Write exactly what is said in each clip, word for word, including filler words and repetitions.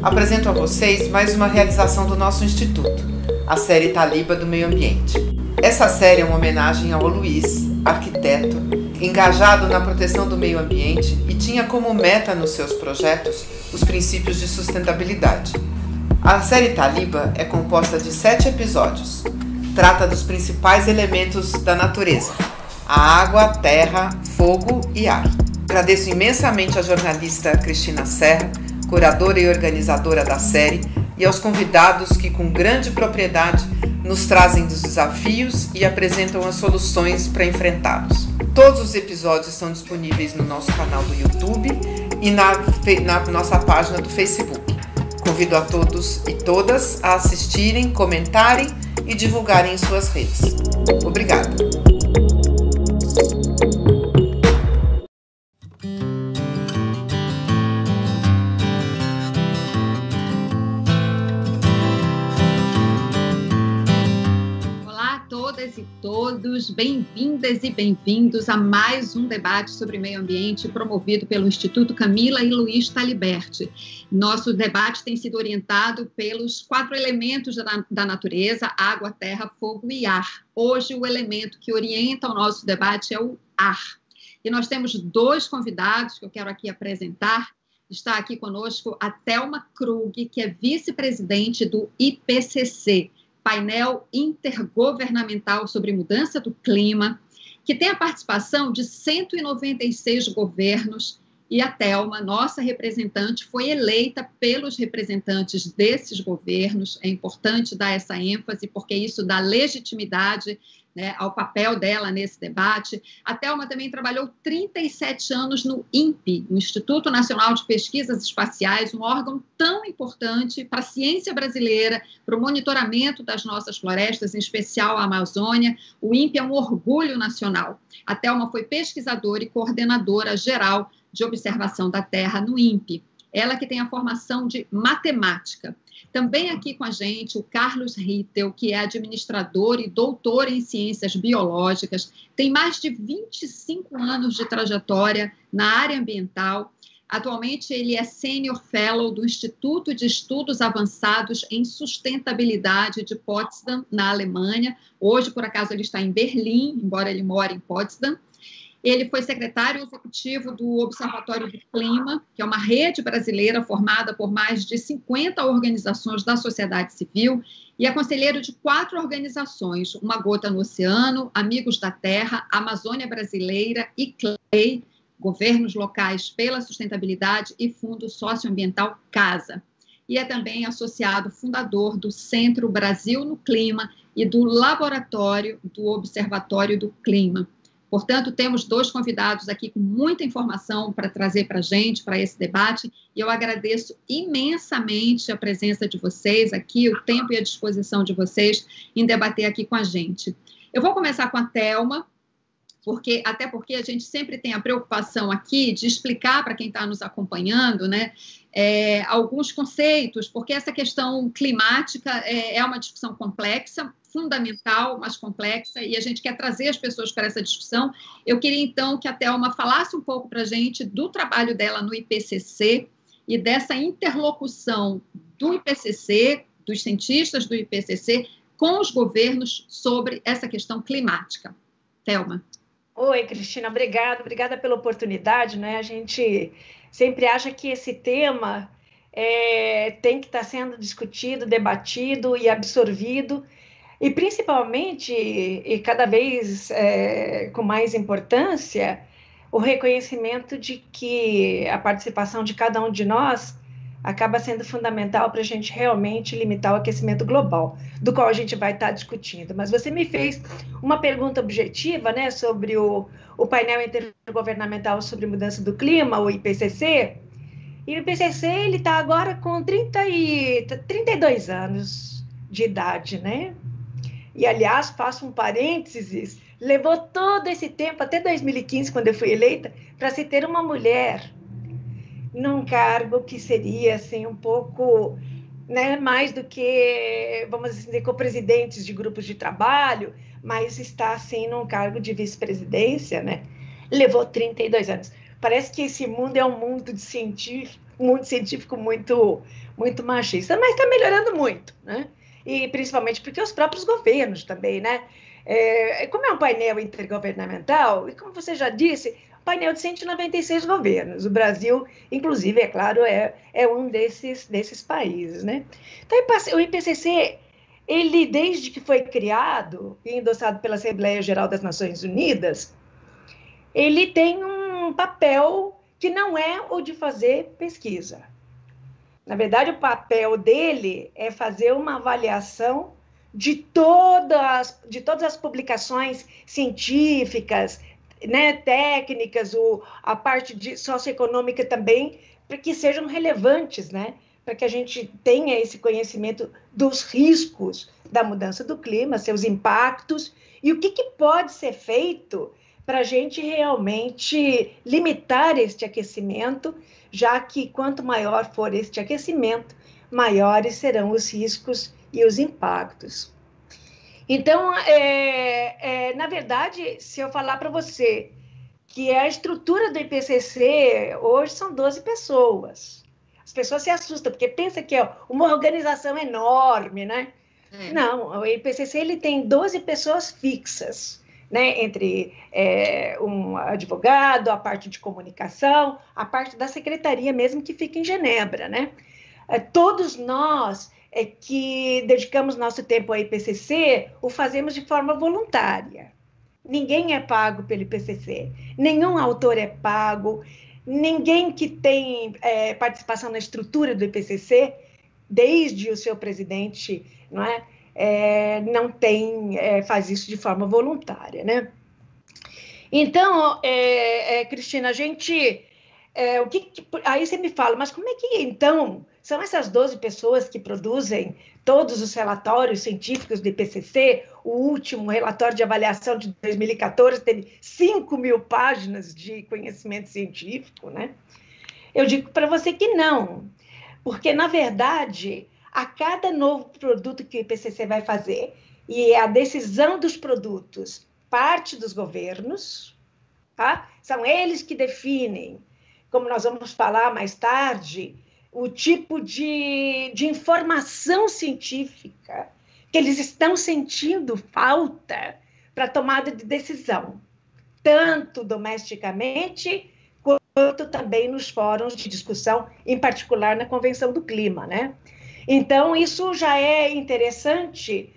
Apresento a vocês mais uma realização do nosso Instituto, a série Taliba do Meio Ambiente. Essa série é uma homenagem ao Luiz, arquiteto, engajado na proteção do meio ambiente e tinha como meta nos seus projetos os princípios de sustentabilidade. A série Taliba é composta de sete episódios. Trata dos principais elementos da natureza: a água, terra, fogo e ar. Agradeço imensamente à jornalista Cristina Serra, curadora e organizadora da série, e aos convidados que, com grande propriedade, nos trazem dos desafios e apresentam as soluções para enfrentá-los. Todos os episódios estão disponíveis no nosso canal do YouTube e na, na nossa página do Facebook. Convido a todos e todas a assistirem, comentarem e divulgarem em suas redes. Obrigada! E todos, bem-vindas e bem-vindos a mais um debate sobre meio ambiente promovido pelo Instituto Camila e Luiz Taliberti. Nosso debate tem sido orientado pelos quatro elementos da, da natureza: água, terra, fogo e ar. Hoje o elemento que orienta o nosso debate é o ar. E nós temos dois convidados que eu quero aqui apresentar. Está aqui conosco a Thelma Krug, que é vice-presidente do I P C C, Painel Intergovernamental sobre Mudança do Clima, que tem a participação de cento e noventa e seis governos, e a Thelma, nossa representante, foi eleita pelos representantes desses governos. É importante dar essa ênfase, porque isso dá legitimidade, né, ao papel dela nesse debate. A Thelma também trabalhou trinta e sete anos no INPE, no Instituto Nacional de Pesquisas Espaciais, um órgão tão importante para a ciência brasileira, para o monitoramento das nossas florestas, em especial a Amazônia. O INPE é um orgulho nacional. A Thelma foi pesquisadora e coordenadora geral de observação da Terra no INPE. Ela que tem a formação de matemática. Também aqui com a gente o Carlos Rittel, que é administrador e doutor em ciências biológicas, tem mais de vinte e cinco anos de trajetória na área ambiental. Atualmente ele é Senior Fellow do Instituto de Estudos Avançados em Sustentabilidade de Potsdam, na Alemanha. Hoje, por acaso, ele está em Berlim, embora ele more em Potsdam. Ele foi secretário executivo do Observatório do Clima, que é uma rede brasileira formada por mais de cinquenta organizações da sociedade civil, e é conselheiro de quatro organizações: Uma Gota no Oceano, Amigos da Terra, Amazônia Brasileira e C L E I, Governos Locais pela Sustentabilidade e Fundo Socioambiental CASA. E é também associado fundador do Centro Brasil no Clima e do Laboratório do Observatório do Clima. Portanto, temos dois convidados aqui com muita informação para trazer para a gente, para esse debate, e eu agradeço imensamente a presença de vocês aqui, o tempo e a disposição de vocês em debater aqui com a gente. Eu vou começar com a Thelma, porque, até porque a gente sempre tem a preocupação aqui de explicar para quem está nos acompanhando, né, é, alguns conceitos, porque essa questão climática é, é uma discussão complexa, fundamental, mas complexa, e a gente quer trazer as pessoas para essa discussão. Eu queria, então, que a Thelma falasse um pouco para a gente do trabalho dela no I P C C e dessa interlocução do I P C C, dos cientistas do I P C C, com os governos sobre essa questão climática. Thelma. Oi, Cristina, obrigada, obrigada pela oportunidade, né? A gente sempre acha que esse tema é, tem que estar sendo discutido, debatido e absorvido, e principalmente, e cada vez é, com mais importância, o reconhecimento de que a participação de cada um de nós acaba sendo fundamental para a gente realmente limitar o aquecimento global, do qual a gente vai estar discutindo. Mas você me fez uma pergunta objetiva, né, sobre o, o painel intergovernamental sobre mudança do clima, o I P C C, e o I P C C ele está agora com trinta e dois anos de idade, né? E, aliás, faço um parênteses, levou todo esse tempo, até dois mil e quinze, quando eu fui eleita, para se ter uma mulher num cargo que seria, assim, um pouco, né, mais do que, vamos dizer, co-presidentes de grupos de trabalho, mas está, assim, num cargo de vice-presidência, né? Levou trinta e dois anos. Parece que esse mundo é um mundo de científico, mundo científico muito, muito machista, mas está melhorando muito, né? E principalmente porque os próprios governos também, né? É, como é um painel intergovernamental, e como você já disse, painel de cento e noventa e seis governos. O Brasil, inclusive, é claro, é, é um desses, desses países, né? Então, o I P C C, ele, desde que foi criado e endossado pela Assembleia Geral das Nações Unidas, ele tem um papel que não é o de fazer pesquisa. Na verdade, o papel dele é fazer uma avaliação de todas, de todas as publicações científicas, né, técnicas, o, a parte de socioeconômica também, para que sejam relevantes, né, para que a gente tenha esse conhecimento dos riscos da mudança do clima, seus impactos, e o que, que pode ser feito para a gente realmente limitar este aquecimento, já que quanto maior for este aquecimento, maiores serão os riscos e os impactos. Então, é, é, na verdade, se eu falar para você que a estrutura do I P C C hoje são doze pessoas, as pessoas se assustam, porque pensam que é uma organização enorme, né? É. Não, o I P C C ele tem doze pessoas fixas, né? Entre é, um advogado, a parte de comunicação, a parte da secretaria mesmo, que fica em Genebra, né? É, todos nós é, que dedicamos nosso tempo ao I P C C, o fazemos de forma voluntária. Ninguém é pago pelo I P C C, nenhum autor é pago, ninguém que tem é, participação na estrutura do I P C C, desde o seu presidente, não é? É, não tem, é, faz isso de forma voluntária, né? Então, é, é, Cristina, a gente... É, o que, que, aí você me fala, mas como é que, então, são essas doze pessoas que produzem todos os relatórios científicos do I P C C? O último relatório de avaliação de dois mil e quatorze teve cinco mil páginas de conhecimento científico, né? Eu digo para você que não, porque, na verdade, a cada novo produto que o I P C C vai fazer, e a decisão dos produtos parte dos governos, tá? São eles que definem, como nós vamos falar mais tarde, o tipo de, de informação científica que eles estão sentindo falta para a tomada de decisão, tanto domesticamente quanto também nos fóruns de discussão, em particular na Convenção do Clima, né? Então, isso já é interessante,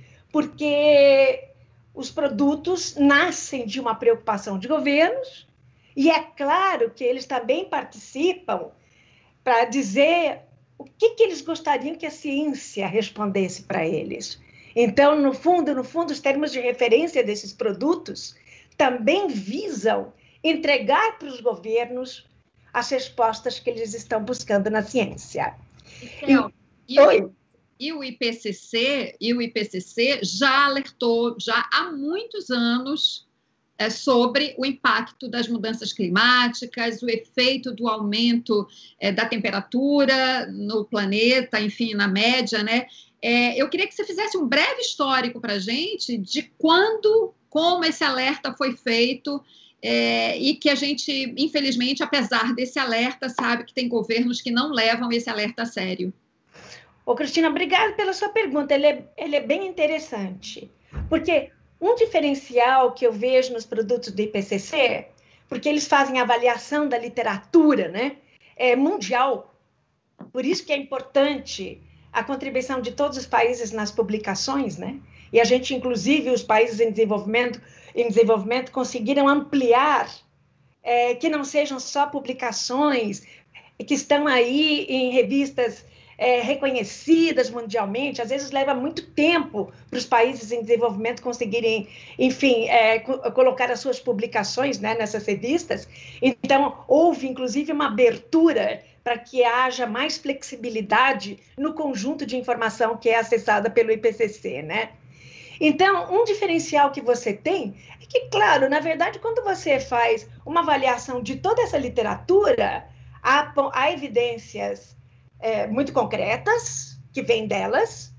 porque os produtos nascem de uma preocupação de governos, e é claro que eles também participam para dizer o que, que eles gostariam que a ciência respondesse para eles. Então, no fundo, no fundo, os termos de referência desses produtos também visam entregar para os governos as respostas que eles estão buscando na ciência. Então, e, e, o, e o I P C C, e o I P C C já alertou já há muitos anos É sobre o impacto das mudanças climáticas, o efeito do aumento é, da temperatura no planeta, enfim, na média, né? É, eu queria que você fizesse um breve histórico para a gente de quando, como esse alerta foi feito, é, e que a gente, infelizmente, apesar desse alerta, sabe que tem governos que não levam esse alerta a sério. Ô, Cristina, obrigada pela sua pergunta, ele é, ele é bem interessante, porque um diferencial que eu vejo nos produtos do I P C C, porque eles fazem avaliação da literatura, né, é, mundial, por isso que é importante a contribuição de todos os países nas publicações, né, e a gente, inclusive, os países em desenvolvimento, em desenvolvimento conseguiram ampliar, é, que não sejam só publicações que estão aí em revistas É, reconhecidas mundialmente, às vezes leva muito tempo para os países em desenvolvimento conseguirem, enfim, é, co- colocar as suas publicações, né, nessas revistas. Então, houve, inclusive, uma abertura para que haja mais flexibilidade no conjunto de informação que é acessada pelo I P C C, né? Então, um diferencial que você tem é que, claro, na verdade, quando você faz uma avaliação de toda essa literatura, há, há evidências É, muito concretas, que vêm delas,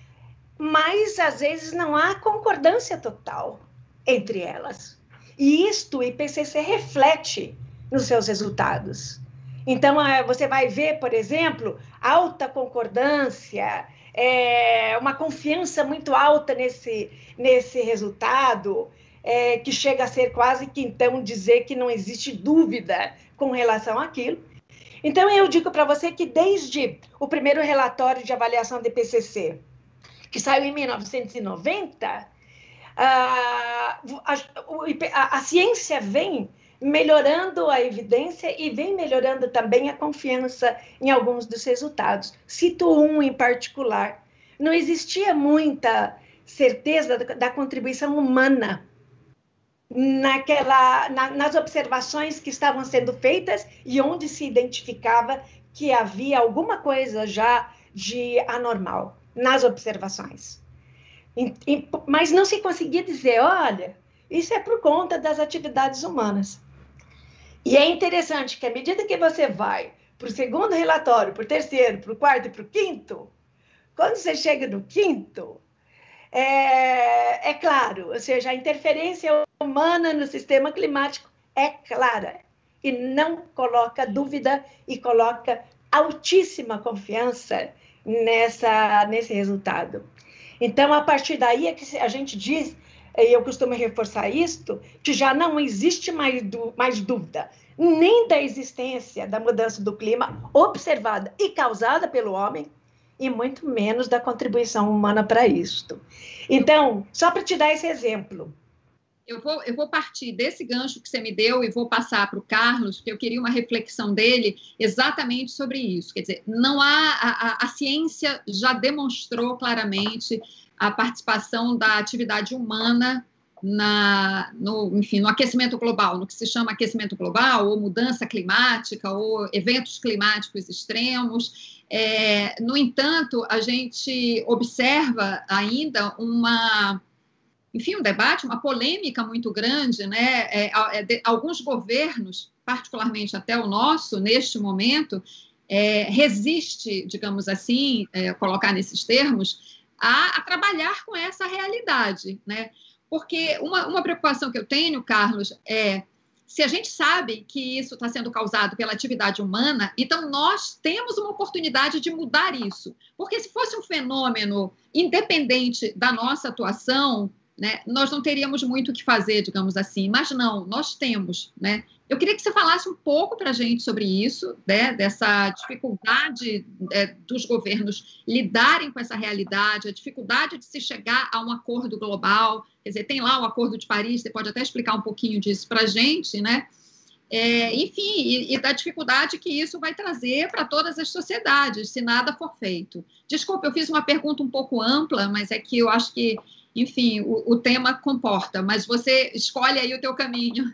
mas, às vezes, não há concordância total entre elas. E isto o I P C C reflete nos seus resultados. Então, você vai ver, por exemplo, alta concordância, é, uma confiança muito alta nesse, nesse resultado, é, que chega a ser quase que, então, dizer que não existe dúvida com relação àquilo. Então, eu digo para você que desde o primeiro relatório de avaliação do I P C C, que saiu em mil novecentos e noventa, a, a, a ciência vem melhorando a evidência e vem melhorando também a confiança em alguns dos resultados. Cito um em particular. Não existia muita certeza da, da contribuição humana naquela, na, nas observações que estavam sendo feitas e onde se identificava que havia alguma coisa já de anormal nas observações. E, e, mas não se conseguia dizer, olha, isso é por conta das atividades humanas. E é interessante que, à medida que você vai para o segundo relatório, para o terceiro, para o quarto e para o quinto, quando você chega no quinto, é, é claro, ou seja, a interferência humana no sistema climático é clara e não coloca dúvida e coloca altíssima confiança nessa, nesse resultado. Então, a partir daí é que a gente diz, e eu costumo reforçar isto, que já não existe mais, mais dúvida, nem da existência da mudança do clima observada e causada pelo homem, e muito menos da contribuição humana para isto. Então, só para te dar esse exemplo. Eu vou, eu vou partir desse gancho que você me deu e vou passar para o Carlos, porque eu queria uma reflexão dele exatamente sobre isso. Quer dizer, não há, a, a, a ciência já demonstrou claramente a participação da atividade humana na, no, enfim, no aquecimento global, no que se chama aquecimento global, ou mudança climática, ou eventos climáticos extremos. É, no entanto, a gente observa ainda uma... enfim, um debate, uma polêmica muito grande, né? É, é, de, alguns governos, particularmente até o nosso, neste momento, é, resiste, digamos assim, é, colocar nesses termos, a, a trabalhar com essa realidade, né? Porque uma, uma preocupação que eu tenho, Carlos, é se a gente sabe que isso está sendo causado pela atividade humana, então nós temos uma oportunidade de mudar isso. Porque se fosse um fenômeno independente da nossa atuação, né, nós não teríamos muito o que fazer, digamos assim, mas não, nós temos, né? Eu queria que você falasse um pouco para a gente sobre isso, né, dessa dificuldade é, dos governos lidarem com essa realidade, a dificuldade de se chegar a um acordo global, quer dizer, tem lá o Acordo de Paris, você pode até explicar um pouquinho disso para a gente, né? É, enfim, e, e da dificuldade que isso vai trazer para todas as sociedades, se nada for feito. Desculpa, eu fiz uma pergunta um pouco ampla, mas é que eu acho que enfim, o, o tema comporta, mas você escolhe aí o teu caminho.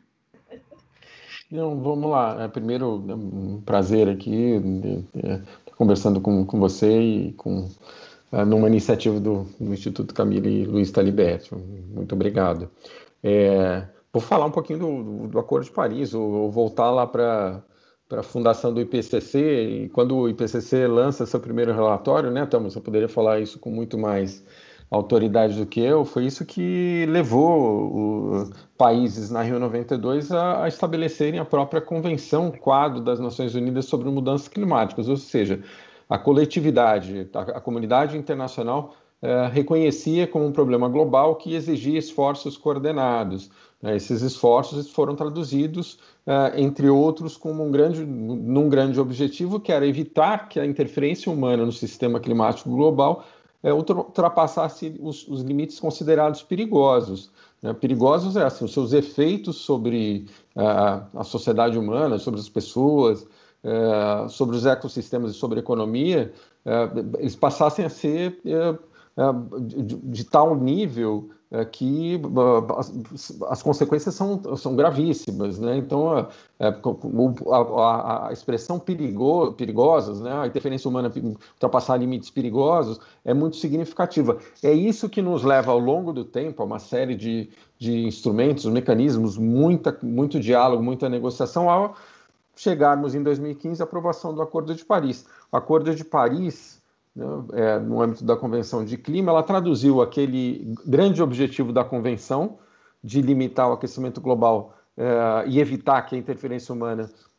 Não, vamos lá. É, primeiro, é um prazer aqui é, é, conversando com, com você e com, é, numa iniciativa do, do Instituto Camila e Luiz Taliberti. Muito obrigado. É, vou falar um pouquinho do, do, do Acordo de Paris, ou, ou voltar lá para para a fundação do I P C C, e quando o I P C C lança seu primeiro relatório, né, Thomas, você poderia falar isso com muito mais autoridade do que eu, foi isso que levou os países na Rio noventa e dois a, a estabelecerem a própria Convenção Quadro das Nações Unidas sobre Mudanças Climáticas, ou seja, a coletividade, a, a comunidade internacional eh, reconhecia como um problema global que exigia esforços coordenados. Né? Esses esforços foram traduzidos, eh, entre outros, como um grande, num grande objetivo, que era evitar que a interferência humana no sistema climático global É, ultrapassasse os, os limites considerados perigosos. Né? Perigosos é assim, os seus efeitos sobre uh, a sociedade humana, sobre as pessoas, uh, sobre os ecossistemas e sobre a economia, uh, eles passassem a ser uh, uh, de, de tal nível uh, que uh, as, as consequências são, são gravíssimas. Né? Então, uh, a, a, a expressão perigo, perigosas, né? A interferência humana ultrapassar limites perigosos, é muito significativa. É isso que nos leva ao longo do tempo a uma série de, de instrumentos, mecanismos, muita, muito diálogo, muita negociação, ao chegarmos em dois mil e quinze à aprovação do Acordo de Paris. O Acordo de Paris, né, é, no âmbito da Convenção de Clima, ela traduziu aquele grande objetivo da Convenção de limitar o aquecimento global é, e evitar que a interferência humana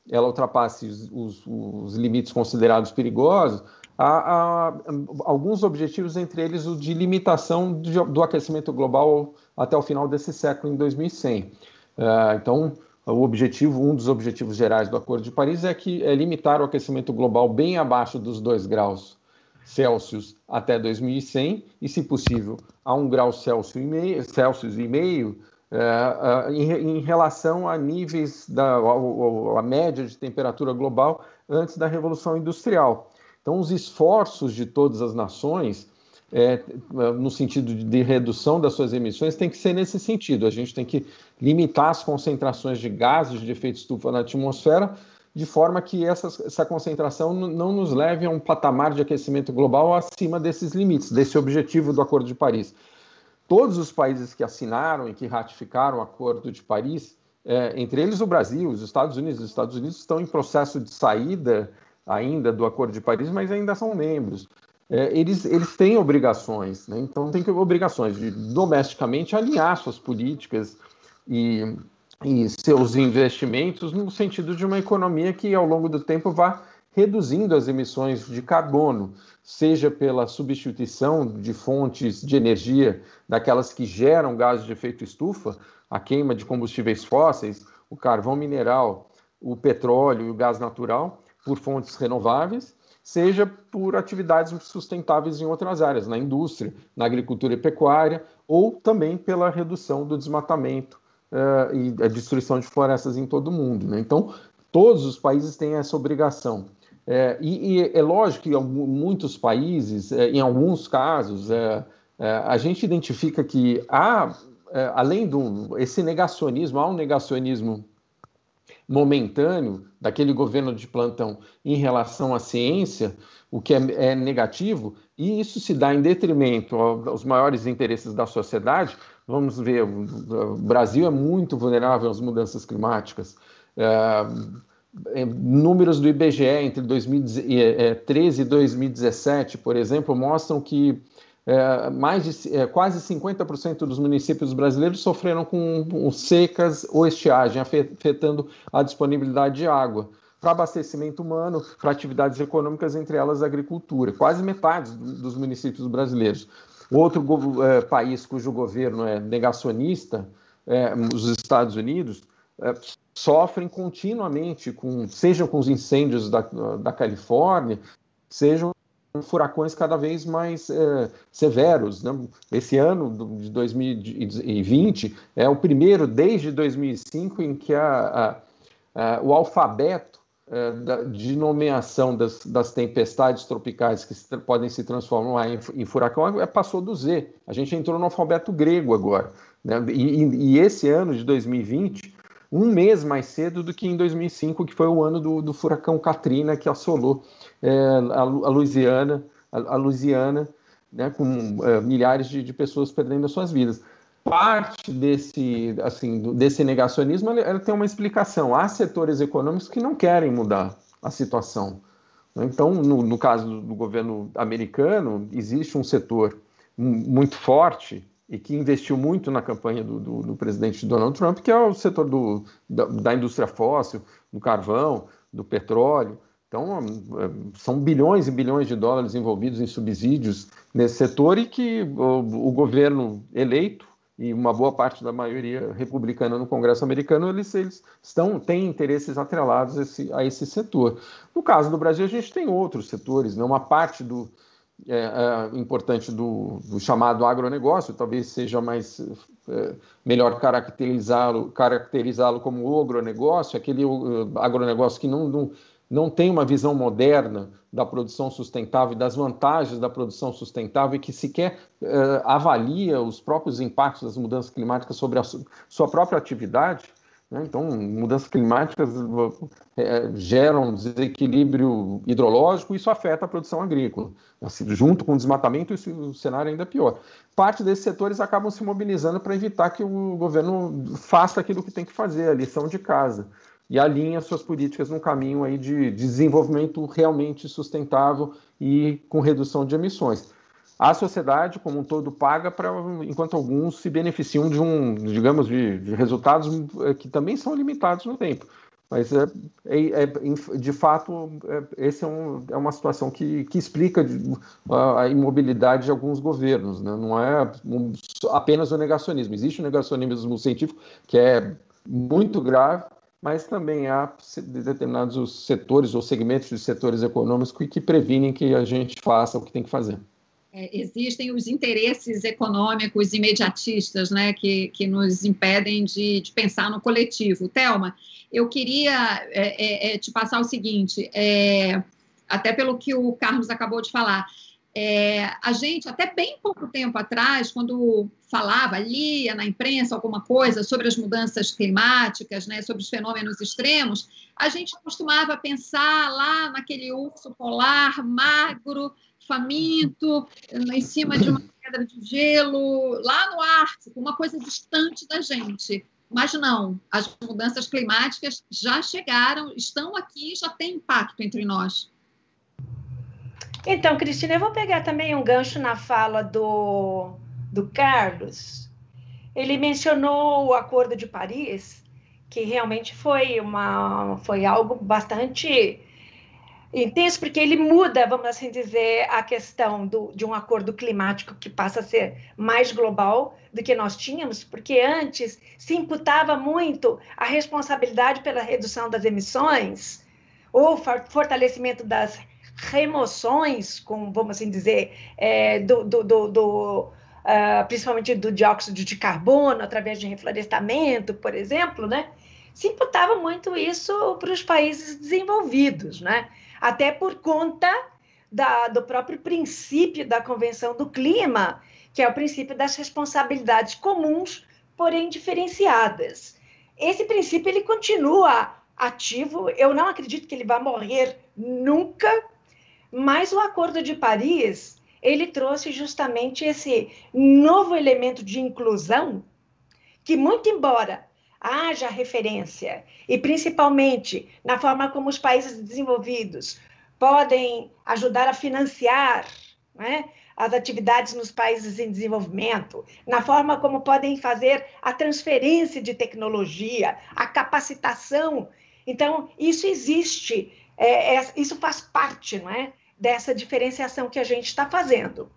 ela ultrapasse os, os, os limites considerados perigosos, há, há alguns objetivos, entre eles o de limitação de, do aquecimento global até o final desse século, em dois mil e cem. Uh, então, o objetivo, um dos objetivos gerais do Acordo de Paris é, que, é limitar o aquecimento global bem abaixo dos dois graus Celsius até dois mil e cem e, se possível, a um grau Celsius e meio, Celsius e meio uh, uh, em, em relação a níveis da a, a média de temperatura global antes da Revolução Industrial. Então, os esforços de todas as nações, é, no sentido de redução das suas emissões, tem que ser nesse sentido. A gente tem que limitar as concentrações de gases de efeito estufa na atmosfera, de forma que essa, essa concentração não nos leve a um patamar de aquecimento global acima desses limites, desse objetivo do Acordo de Paris. Todos os países que assinaram e que ratificaram o Acordo de Paris, é, entre eles o Brasil, os Estados Unidos, os Estados Unidos estão em processo de saída ainda do Acordo de Paris, mas ainda são membros. É, eles, eles têm obrigações, né? Então tem que, obrigações de domesticamente alinhar suas políticas e, e seus investimentos no sentido de uma economia que ao longo do tempo vá reduzindo as emissões de carbono, seja pela substituição de fontes de energia daquelas que geram gases de efeito estufa, a queima de combustíveis fósseis, o carvão mineral, o petróleo e o gás natural, por fontes renováveis, seja por atividades sustentáveis em outras áreas, na indústria, na agricultura e pecuária, ou também pela redução do desmatamento uh, e a destruição de florestas em todo o mundo, né? Então, todos os países têm essa obrigação. É, e, e é lógico que em muitos países, é, em alguns casos, é, é, a gente identifica que há, é, além do esse negacionismo, há um negacionismo momentâneo daquele governo de plantão em relação à ciência, o que é, é negativo, e isso se dá em detrimento aos maiores interesses da sociedade. Vamos ver, o Brasil é muito vulnerável às mudanças climáticas. É, números do I B G E entre dois mil e treze e dois mil e dezessete, por exemplo, mostram que É, mais de, é, quase cinquenta por cento dos municípios brasileiros sofreram com, com secas ou estiagem, afetando a disponibilidade de água para abastecimento humano, para atividades econômicas, entre elas a agricultura. Quase metade dos municípios brasileiros. Outro é, país cujo governo é negacionista, é, os Estados Unidos, é, sofrem continuamente, com, sejam com os incêndios da, da Califórnia, sejam furacões cada vez mais é, severos, né? Esse ano de dois mil e vinte é o primeiro desde dois mil e cinco em que a, a, a, o alfabeto é, da, de nomeação das, das tempestades tropicais que se, podem se transformar em, em furacão é, passou do Z. A gente entrou no alfabeto grego agora, né? E, e esse ano de dois mil e vinte, um mês mais cedo do que em dois mil e cinco, que foi o ano do, do furacão Katrina, que assolou é, a, a Louisiana, a, a Louisiana, né, com é, milhares de, de pessoas perdendo as suas vidas. Parte desse, assim, do, desse negacionismo, ela, ela tem uma explicação. Há setores econômicos que não querem mudar a situação. Então, no, no caso do, do governo americano, existe um setor muito forte e que investiu muito na campanha do, do, do presidente Donald Trump, que é o setor do, da, da indústria fóssil, do carvão, do petróleo. Então, são bilhões e bilhões de dólares envolvidos em subsídios nesse setor e que o, o governo eleito e uma boa parte da maioria republicana no Congresso americano, eles, eles estão, têm interesses atrelados a esse, a esse setor. No caso do Brasil, a gente tem outros setores, né? Uma parte do É, é, importante do, do chamado agronegócio, talvez seja mais é, melhor caracterizá-lo caracterizá-lo como o agronegócio, aquele uh, agronegócio que não, não, não tem uma visão moderna da produção sustentável e das vantagens da produção sustentável e que sequer uh, avalia os próprios impactos das mudanças climáticas sobre a su, sua própria atividade. Então, mudanças climáticas é, geram desequilíbrio hidrológico e isso afeta a produção agrícola. Assim, junto com o desmatamento, isso, o cenário é ainda pior. Parte desses setores acabam se mobilizando para evitar que o governo faça aquilo que tem que fazer, a lição de casa, e alinhe suas políticas num caminho aí de desenvolvimento realmente sustentável e com redução de emissões. A sociedade, como um todo, paga para, enquanto alguns se beneficiam de um, digamos, de, de resultados que também são limitados no tempo. Mas, é, é, é, de fato, é, essa é, um, é uma situação que, que explica a, a imobilidade de alguns governos, né? Não é um, apenas o negacionismo. Existe o negacionismo científico, que é muito grave, mas também há determinados setores ou segmentos de setores econômicos que, que previnem que a gente faça o que tem que fazer. É, existem os interesses econômicos imediatistas, né, que, que nos impedem de, de pensar no coletivo. Thelma, eu queria é, é, te passar o seguinte, é, até pelo que o Carlos acabou de falar, é, a gente, até bem pouco tempo atrás, quando falava, lia na imprensa alguma coisa sobre as mudanças climáticas, né, sobre os fenômenos extremos, a gente costumava pensar lá naquele urso polar magro, faminto, em cima de uma pedra de gelo, lá no Ártico, uma coisa distante da gente. Mas não, as mudanças climáticas já chegaram, estão aqui e já têm impacto entre nós. Então, Cristina, eu vou pegar também um gancho na fala do, do Carlos. Ele mencionou o Acordo de Paris, que realmente foi, uma, foi algo bastante intenso, porque ele muda, vamos assim dizer, a questão do, de um acordo climático que passa a ser mais global do que nós tínhamos, porque antes se imputava muito a responsabilidade pela redução das emissões ou fortalecimento das remoções, com, vamos assim dizer, é, do, do, do, do uh, principalmente do dióxido de carbono, através de reflorestamento, por exemplo, né? Se imputava muito isso para os países desenvolvidos, né? Até por conta da, do próprio princípio da Convenção do Clima, que é o princípio das responsabilidades comuns, porém diferenciadas. Esse princípio ele continua ativo, eu não acredito que ele vá morrer nunca, mas o Acordo de Paris, ele trouxe justamente esse novo elemento de inclusão, que muito embora haja referência, e principalmente na forma como os países desenvolvidos podem ajudar a financiar, né, as atividades nos países em desenvolvimento, na forma como podem fazer a transferência de tecnologia, a capacitação. Então, isso existe, é, é, isso faz parte, não é, dessa diferenciação que a gente está fazendo.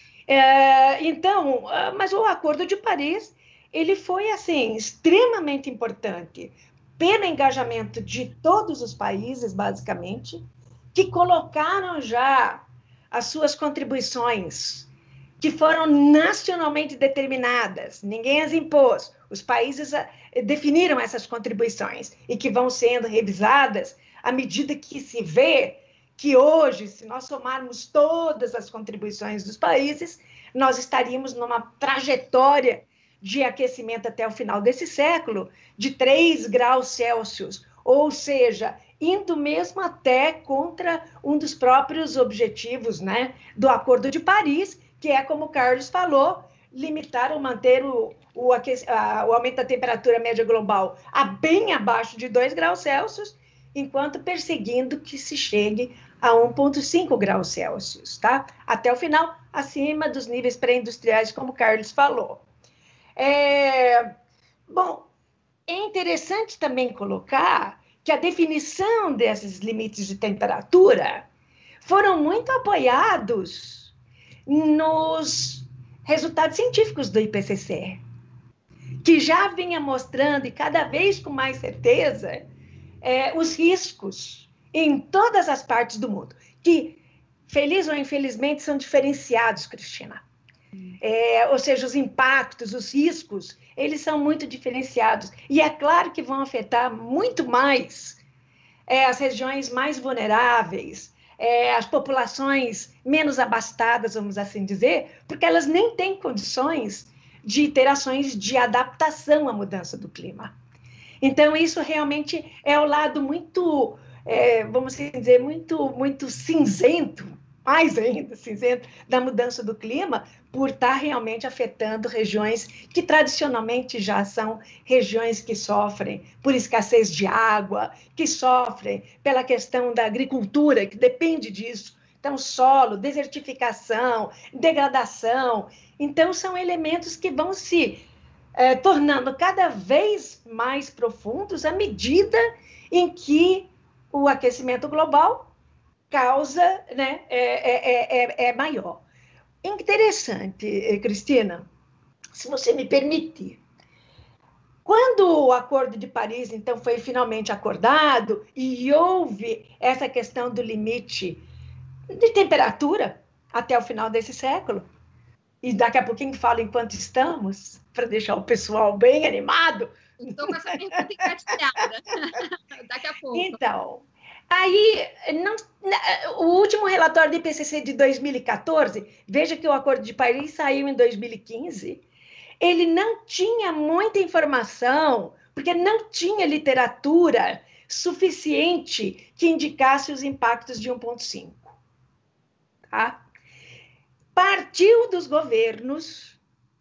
É, então, mas o Acordo de Paris, ele foi, assim, extremamente importante pelo engajamento de todos os países, basicamente, que colocaram já as suas contribuições, que foram nacionalmente determinadas, ninguém as impôs, os países definiram essas contribuições e que vão sendo revisadas à medida que se vê que hoje, se nós somarmos todas as contribuições dos países, nós estaríamos numa trajetória de aquecimento até o final desse século de três graus Celsius, ou seja, indo mesmo até contra um dos próprios objetivos, né, do Acordo de Paris, que é, como o Carlos falou, limitar ou manter o, o, aquec... a, o aumento da temperatura média global a bem abaixo de dois graus Celsius, enquanto perseguindo que se chegue a um vírgula cinco graus Celsius, tá? Até o final, acima dos níveis pré-industriais, como o Carlos falou. É... Bom, é interessante também colocar que a definição desses limites de temperatura foram muito apoiados nos resultados científicos do I P C C, que já vinha mostrando, e cada vez com mais certeza, é, os riscos em todas as partes do mundo, que, feliz ou infelizmente, são diferenciados, Cristina. É, ou seja, os impactos, os riscos, eles são muito diferenciados. E é claro que vão afetar muito mais é, as regiões mais vulneráveis, é, as populações menos abastadas, vamos assim dizer, porque elas nem têm condições de ter ações de adaptação à mudança do clima. Então, isso realmente é o lado muito, é, vamos dizer, muito, muito cinzento, mais ainda cinzento, da mudança do clima, por estar realmente afetando regiões que tradicionalmente já são regiões que sofrem por escassez de água, que sofrem pela questão da agricultura, que depende disso. Então, solo, desertificação, degradação. Então, são elementos que vão se é, tornando cada vez mais profundos à medida em que o aquecimento global causa, né, é, é, é, é maior. Interessante, Cristina, se você me permitir. Quando o Acordo de Paris, então, foi finalmente acordado e houve essa questão do limite de temperatura até o final desse século, e daqui a pouquinho falo enquanto estamos, para deixar o pessoal bem animado. Estou com essa pergunta engatilhada. Daqui a pouco. Então, aí, não, o último relatório do I P C C de dois mil e quatorze, veja que o Acordo de Paris saiu em dois mil e quinze, ele não tinha muita informação, porque não tinha literatura suficiente que indicasse os impactos de um ponto cinco. Tá? Partiu dos governos,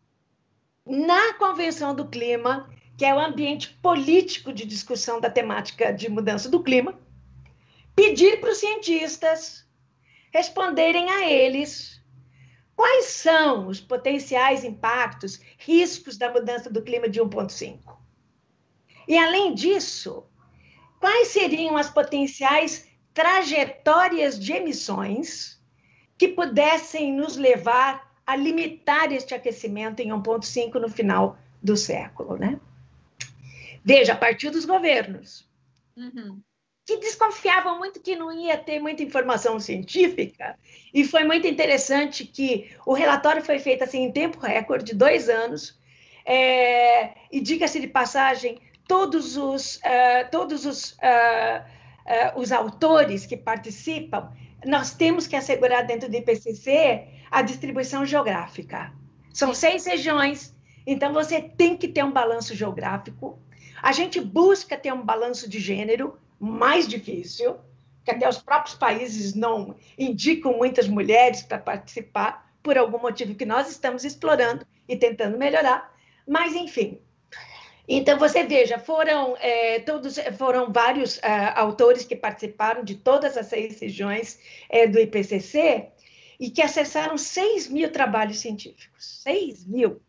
na Convenção do Clima, que é o ambiente político de discussão da temática de mudança do clima, pedir para os cientistas responderem a eles quais são os potenciais impactos, riscos da mudança do clima de um ponto cinco. E, além disso, quais seriam as potenciais trajetórias de emissões que pudessem nos levar a limitar este aquecimento em um ponto cinco no final do século, né? Veja, a partir dos governos, Uhum. que desconfiavam muito que não ia ter muita informação científica, e foi muito interessante que o relatório foi feito assim em tempo recorde, dois anos, é, e diga-se de passagem, todos os, uh, todos os, uh, uh, os autores que participam, nós temos que assegurar dentro do I P C C a distribuição geográfica. São seis regiões, então você tem que ter um balanço geográfico. A gente busca ter um balanço de gênero, mais difícil, que até os próprios países não indicam muitas mulheres para participar, por algum motivo que nós estamos explorando e tentando melhorar, mas enfim. Então, você veja, foram, é, todos, foram vários uh, autores que participaram de todas as seis regiões é, do I P C C e que acessaram seis mil trabalhos científicos, seis mil.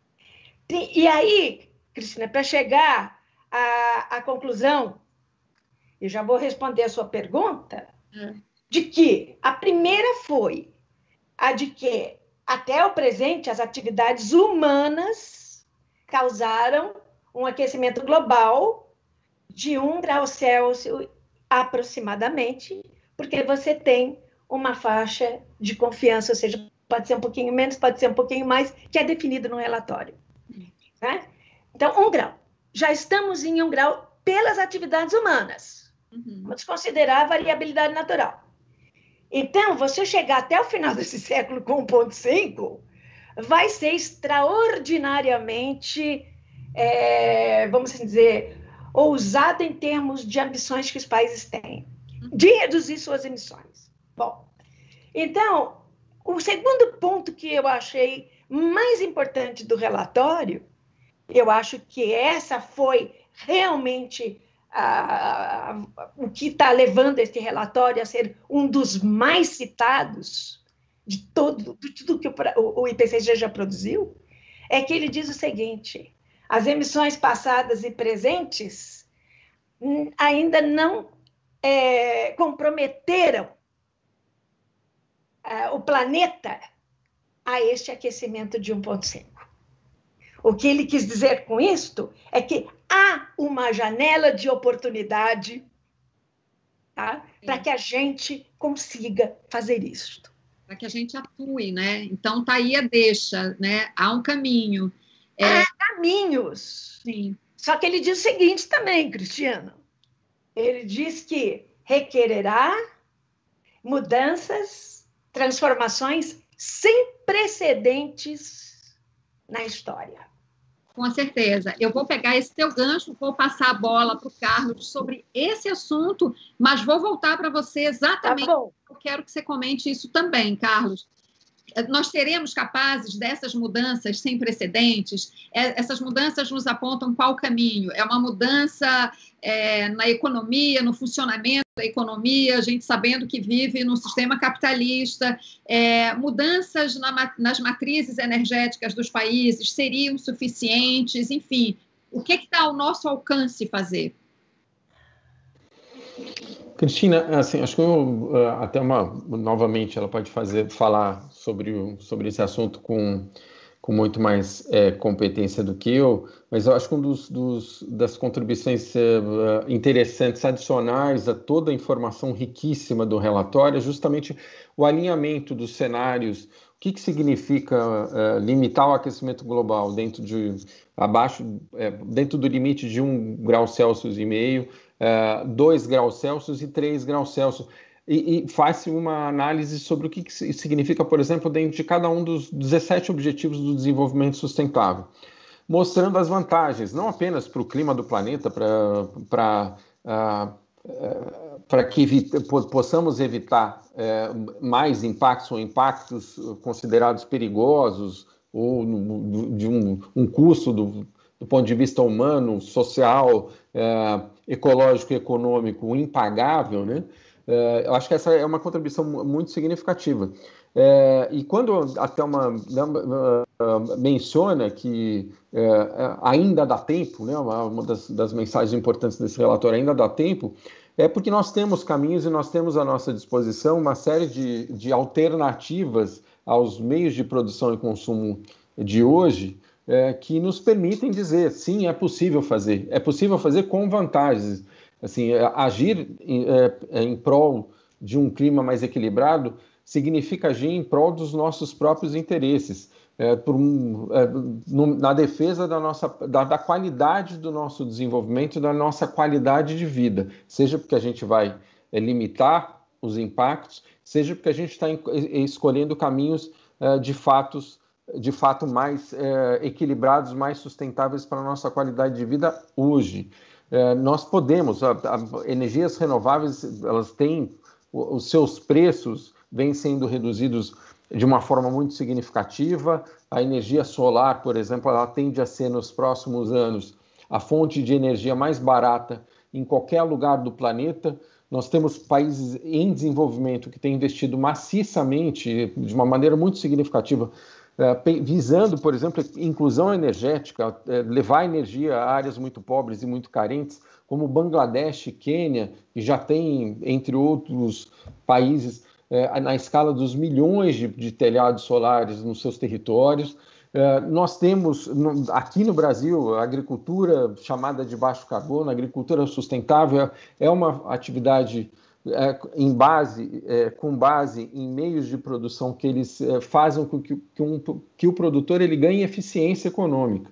E aí, Cristina, para chegar à, à conclusão, eu já vou responder a sua pergunta, hum. de que a primeira foi a de que, até o presente, as atividades humanas causaram um aquecimento global de um grau Celsius aproximadamente, porque você tem uma faixa de confiança, ou seja, pode ser um pouquinho menos, pode ser um pouquinho mais, que é definido no relatório. Hum. Né? Então, um grau. Já estamos em um grau pelas atividades humanas. Uhum. Vamos considerar a variabilidade natural. Então, você chegar até o final desse século com um ponto cinco, vai ser extraordinariamente, é, vamos dizer, ousado em termos de ambições que os países têm, de reduzir suas emissões. Bom, então, o segundo ponto que eu achei mais importante do relatório, eu acho que essa foi realmente a, a, o que está levando este relatório a ser um dos mais citados de todo, de tudo que o, o I P C C já produziu, é que ele diz o seguinte: as emissões passadas e presentes ainda não é, comprometeram é, o planeta a este aquecimento de um ponto cinco. O que ele quis dizer com isto é que há uma janela de oportunidade, tá, para que a gente consiga fazer isto. Para que a gente atue, né? Então, está aí a deixa, né? Há um caminho. É... Há caminhos. Sim. Só que ele diz o seguinte também, Cristiano. Ele diz que requererá mudanças, transformações sem precedentes na história. Com certeza. Eu vou pegar esse teu gancho, vou passar a bola para o Carlos sobre esse assunto, mas vou voltar para você exatamente. Tá bom. Eu quero que você comente isso também, Carlos. nós seremos capazes dessas mudanças sem precedentes? Essas mudanças nos apontam qual caminho? É uma mudança é, na economia, no funcionamento da economia, a gente sabendo que vive num sistema capitalista, é, mudanças na, nas matrizes energéticas dos países seriam suficientes? Enfim, o que está ao nosso alcance fazer? Cristina, assim, acho que eu, até uma, novamente ela pode fazer, falar sobre, o, sobre esse assunto com, com muito mais é, competência do que eu, mas eu acho que um dos, dos das contribuições é, interessantes, adicionais a toda a informação riquíssima do relatório é justamente o alinhamento dos cenários. O que, que significa é, limitar o aquecimento global dentro de abaixo, é, dentro do limite de um grau Celsius e meio, Uh, dois graus Celsius e três graus Celsius, e, e faz-se uma análise sobre o que, que significa, por exemplo, dentro de cada um dos dezessete Objetivos do Desenvolvimento Sustentável, mostrando as vantagens, não apenas para o clima do planeta, para uh, uh, para que evite, possamos evitar uh, mais impactos ou impactos considerados perigosos ou no, de um, um custo do do ponto de vista humano, social, é, ecológico e econômico impagável, né? É, eu acho que essa é uma contribuição muito significativa. É, e quando a Thelma uh, menciona que uh, ainda dá tempo, né? Uma, uma das, das mensagens importantes desse relatório, ainda dá tempo, é porque nós temos caminhos e nós temos à nossa disposição uma série de, de alternativas aos meios de produção e consumo de hoje, É, que nos permitem dizer, sim, é possível fazer, é possível fazer com vantagens. Assim, é, agir em, é, em prol de um clima mais equilibrado significa agir em prol dos nossos próprios interesses, é, por um, é, no, na defesa da, nossa, da, da qualidade do nosso desenvolvimento, da nossa qualidade de vida, seja porque a gente vai é, limitar os impactos, seja porque a gente está escolhendo caminhos é, de fatos de fato mais é, equilibrados, mais sustentáveis para a nossa qualidade de vida hoje. É, nós podemos, a, a, energias renováveis, elas têm, os seus preços vêm sendo reduzidos de uma forma muito significativa. A energia solar, por exemplo, ela tende a ser nos próximos anos a fonte de energia mais barata em qualquer lugar do planeta. Nós temos países em desenvolvimento que têm investido maciçamente, de uma maneira muito significativa, visando, por exemplo, inclusão energética, levar energia a áreas muito pobres e muito carentes, como Bangladesh e Quênia, que já tem, entre outros países, na escala dos milhões de, de telhados solares nos seus territórios. Nós temos, aqui no Brasil, a agricultura chamada de baixo carbono, a agricultura sustentável, é uma atividade É, em base, é, com base em meios de produção que eles é, fazem com que, que, um, que o produtor ele ganhe eficiência econômica.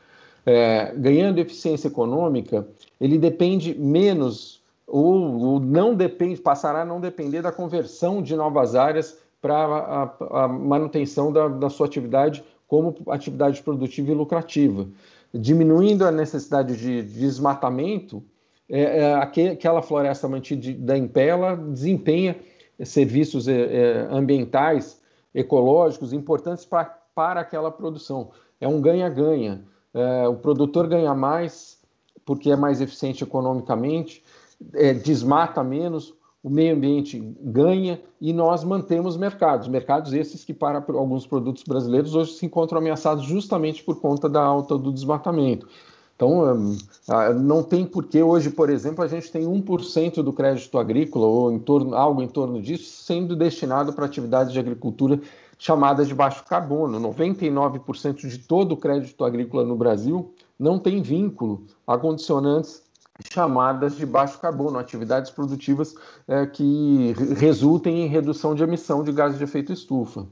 É, ganhando eficiência econômica, ele depende menos ou, ou não depende, passará a não depender da conversão de novas áreas para a, a manutenção da, da sua atividade como atividade produtiva e lucrativa, diminuindo a necessidade de desmatamento. É, é, aquela floresta mantida em pé, ela desempenha serviços é, é, ambientais, ecológicos, importantes pra, para aquela produção. É um ganha-ganha. É, o produtor ganha mais porque é mais eficiente economicamente, é, desmata menos, o meio ambiente ganha e nós mantemos mercados. Mercados esses que, para alguns produtos brasileiros, hoje se encontram ameaçados justamente por conta da alta do desmatamento. Então, não tem porquê hoje, por exemplo, a gente tem um por cento do crédito agrícola, ou em torno, algo em torno disso, sendo destinado para atividades de agricultura chamadas de baixo carbono. noventa e nove por cento de todo o crédito agrícola no Brasil não tem vínculo a condicionantes chamadas de baixo carbono, atividades produtivas é, que resultem em redução de emissão de gases de efeito estufa.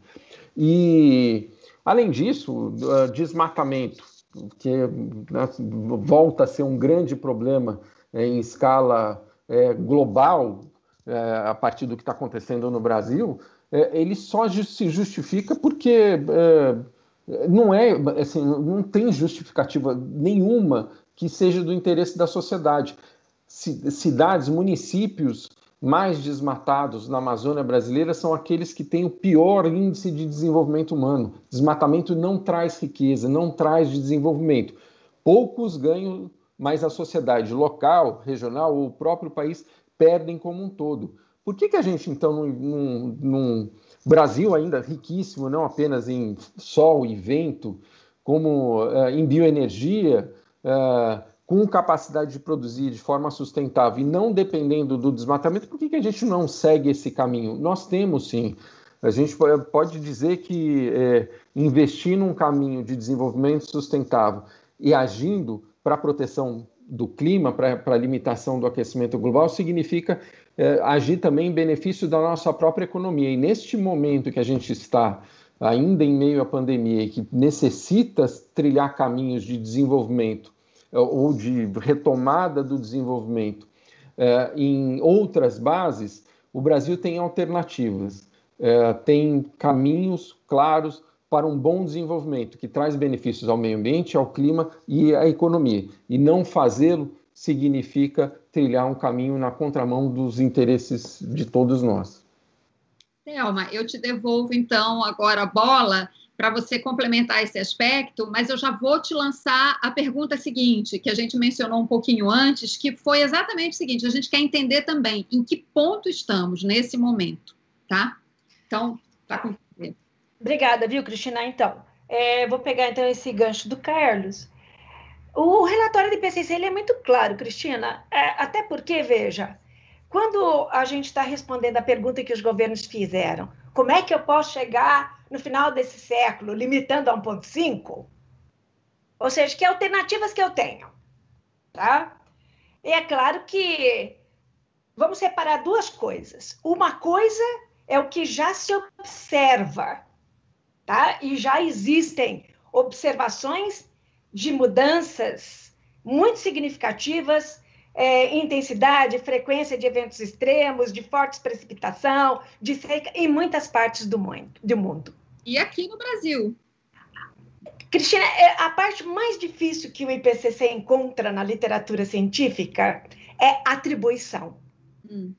E, além disso, desmatamento, que né, volta a ser um grande problema é, em escala é, global, é, a partir do que está acontecendo no Brasil, é, ele só se justifica porque é, não, é, assim, não tem justificativa nenhuma que seja do interesse da sociedade. Cidades, municípios mais desmatados na Amazônia brasileira são aqueles que têm o pior índice de desenvolvimento humano. Desmatamento não traz riqueza, não traz desenvolvimento. Poucos ganham, mas a sociedade local, regional ou o próprio país perdem como um todo. Por que que a gente, então, num, num, num Brasil ainda riquíssimo, não apenas em sol e vento, como uh, em bioenergia, uh, com capacidade de produzir de forma sustentável e não dependendo do desmatamento, por que que a gente não segue esse caminho? Nós temos, sim. A gente pode dizer que é, investir num caminho de desenvolvimento sustentável e agindo para a proteção do clima, para a limitação do aquecimento global, significa é, agir também em benefício da nossa própria economia. E neste momento que a gente está ainda em meio à pandemia e que necessita trilhar caminhos de desenvolvimento ou de retomada do desenvolvimento é, em outras bases, o Brasil tem alternativas, é, tem caminhos claros para um bom desenvolvimento, que traz benefícios ao meio ambiente, ao clima e à economia. E não fazê-lo significa trilhar um caminho na contramão dos interesses de todos nós. Thelma, eu te devolvo, então, agora a bola para você complementar esse aspecto, mas eu já vou te lançar a pergunta seguinte, que a gente mencionou um pouquinho antes, que foi exatamente o seguinte: a gente quer entender também em que ponto estamos nesse momento, tá? Então, tá com você. Obrigada, viu, Cristina? Então, é, vou pegar então esse gancho do Carlos. O relatório do I P C C ele é muito claro, Cristina, é, até porque, veja, quando a gente está respondendo a pergunta que os governos fizeram, como é que eu posso chegar no final desse século limitando a um ponto cinco? Ou seja, que alternativas que eu tenho? Tá? E é claro que vamos separar duas coisas. Uma coisa é o que já se observa, tá? E já existem observações de mudanças muito significativas, é, intensidade, frequência de eventos extremos, de fortes precipitação, de seca em muitas partes do mundo. Do mundo. E aqui no Brasil? Cristina, a parte mais difícil que o I P C C encontra na literatura científica é atribuição. Hum.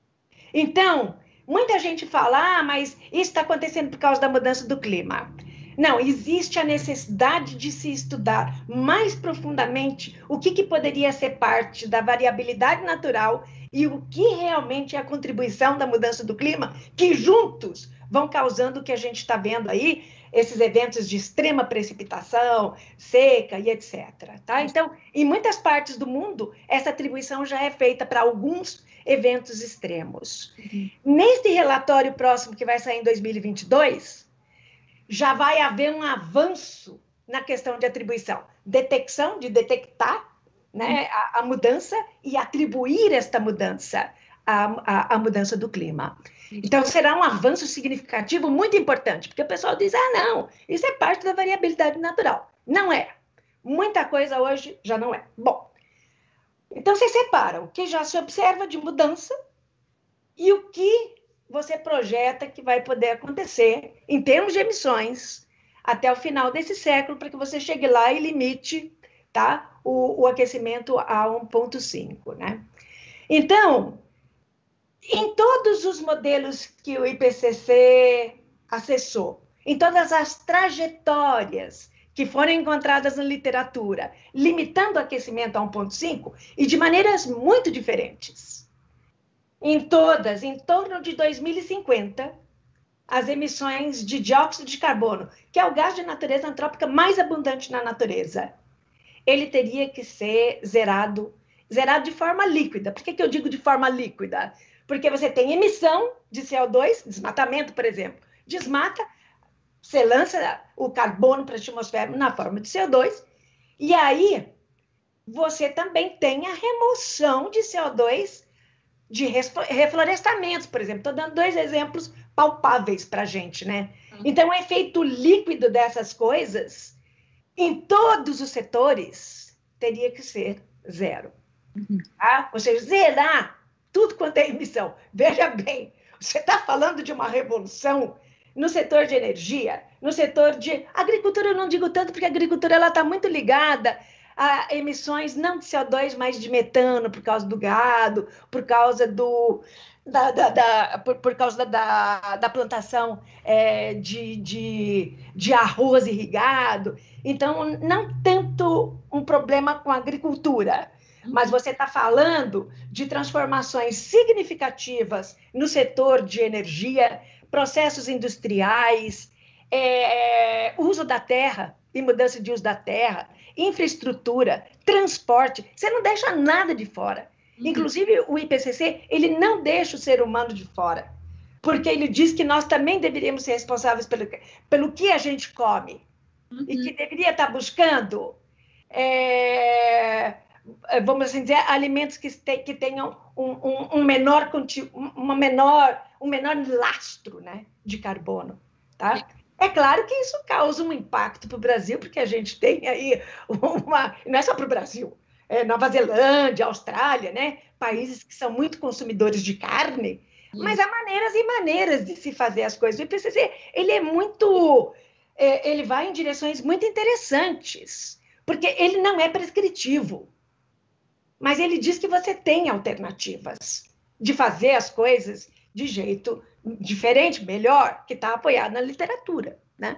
Então, muita gente fala, ah, mas isso está acontecendo por causa da mudança do clima. Não, existe a necessidade de se estudar mais profundamente o que, que poderia ser parte da variabilidade natural e o que realmente é a contribuição da mudança do clima, que juntos vão causando o que a gente está vendo aí, esses eventos de extrema precipitação, seca e etcétera. Tá? Então, em muitas partes do mundo, essa atribuição já é feita para alguns eventos extremos. Uhum. Neste relatório próximo, que vai sair em dois mil e vinte e dois, já vai haver um avanço na questão de atribuição. Detecção, de detectar, né, a, a mudança e atribuir esta mudança à, à, à mudança do clima. Então, será um avanço significativo muito importante, porque o pessoal diz, ah, não, isso é parte da variabilidade natural. Não é. Muita coisa hoje já não é. Bom, então você separa o que já se observa de mudança e o que você projeta que vai poder acontecer em termos de emissões até o final desse século, para que você chegue lá e limite, tá, o, o aquecimento a um ponto cinco, né? Então, em todos os modelos que o I P C C acessou, em todas as trajetórias que foram encontradas na literatura, limitando o aquecimento a um ponto cinco, e de maneiras muito diferentes. Em todas, em torno de dois mil e cinquenta, as emissões de dióxido de carbono, que é o gás de natureza antrópica mais abundante na natureza, ele teria que ser zerado, zerado de forma líquida. Por que que eu digo de forma líquida? Porque você tem emissão de C O dois, desmatamento, por exemplo. Desmata, você lança o carbono para a atmosfera na forma de C O dois, e aí você também tem a remoção de C O dois de reflorestamentos, por exemplo. Estou dando dois exemplos palpáveis para a gente, né? Então, o efeito líquido dessas coisas, em todos os setores, teria que ser zero. Uhum. Tá? Ou seja, zerar tudo quanto é emissão. Veja bem, você está falando de uma revolução no setor de energia, no setor de agricultura. Eu não digo tanto, porque a agricultura está muito ligada a emissões não de C O dois, mas de metano, por causa do gado, por causa do... Da, da, da, por, por causa da, da plantação é, de, de, de arroz irrigado. Então, não tanto um problema com a agricultura, mas você está falando de transformações significativas no setor de energia, processos industriais, é, uso da terra e mudança de uso da terra, infraestrutura, transporte. Você não deixa nada de fora. Inclusive, o I P C C, ele não deixa o ser humano de fora, porque ele diz que nós também deveríamos ser responsáveis pelo, pelo que a gente come, uhum. e que deveria estar buscando, é, vamos assim dizer, alimentos que, te, que tenham um, um, um, menor, uma menor, um menor lastro, né, de carbono. Tá? É claro que isso causa um impacto para o Brasil, porque a gente tem aí uma... Não é só para o Brasil. É, Nova Zelândia, Austrália, né? Países que são muito consumidores de carne, Isso. mas há maneiras e maneiras de se fazer as coisas. O I P C C, ele é muito, é, ele vai em direções muito interessantes, porque ele não é prescritivo, mas ele diz que você tem alternativas de fazer as coisas de jeito diferente, melhor, que está apoiado na literatura, né?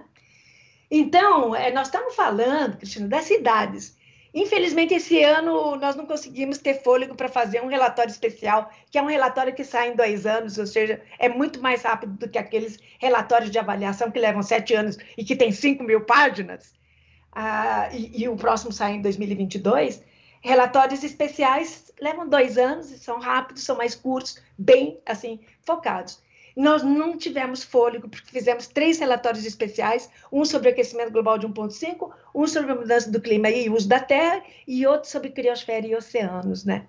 Então, é, nós estamos falando, Cristina, das cidades. Infelizmente, esse ano, nós não conseguimos ter fôlego para fazer um relatório especial, que é um relatório que sai em dois anos, ou seja, é muito mais rápido do que aqueles relatórios de avaliação que levam sete anos e que tem cinco mil páginas, ah, e, e o próximo sai em dois mil e vinte e dois. Relatórios especiais levam dois anos, são rápidos, são mais curtos, bem, assim, focados. Nós não tivemos fôlego, porque fizemos três relatórios especiais, um sobre o aquecimento global de um ponto cinco, um sobre a mudança do clima e uso da terra, e outro sobre criosfera e oceanos, né?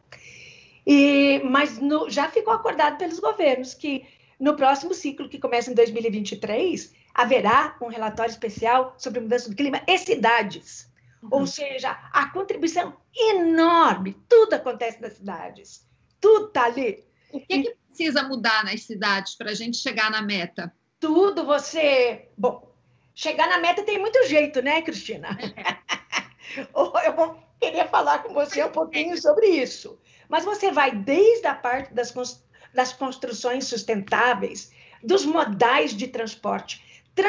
E, mas no, já ficou acordado pelos governos que no próximo ciclo, que começa em dois mil e vinte e três, haverá um relatório especial sobre a mudança do clima e cidades. Uhum. Ou seja, a contribuição enorme, tudo acontece nas cidades, tudo está ali. O que, e, que precisa mudar nas cidades para a gente chegar na meta? Tudo você... Bom, chegar na meta tem muito jeito, né, Cristina? É. Eu vou querer falar com você um pouquinho sobre isso. Mas você vai desde a parte das, das construções sustentáveis, dos modais de transporte.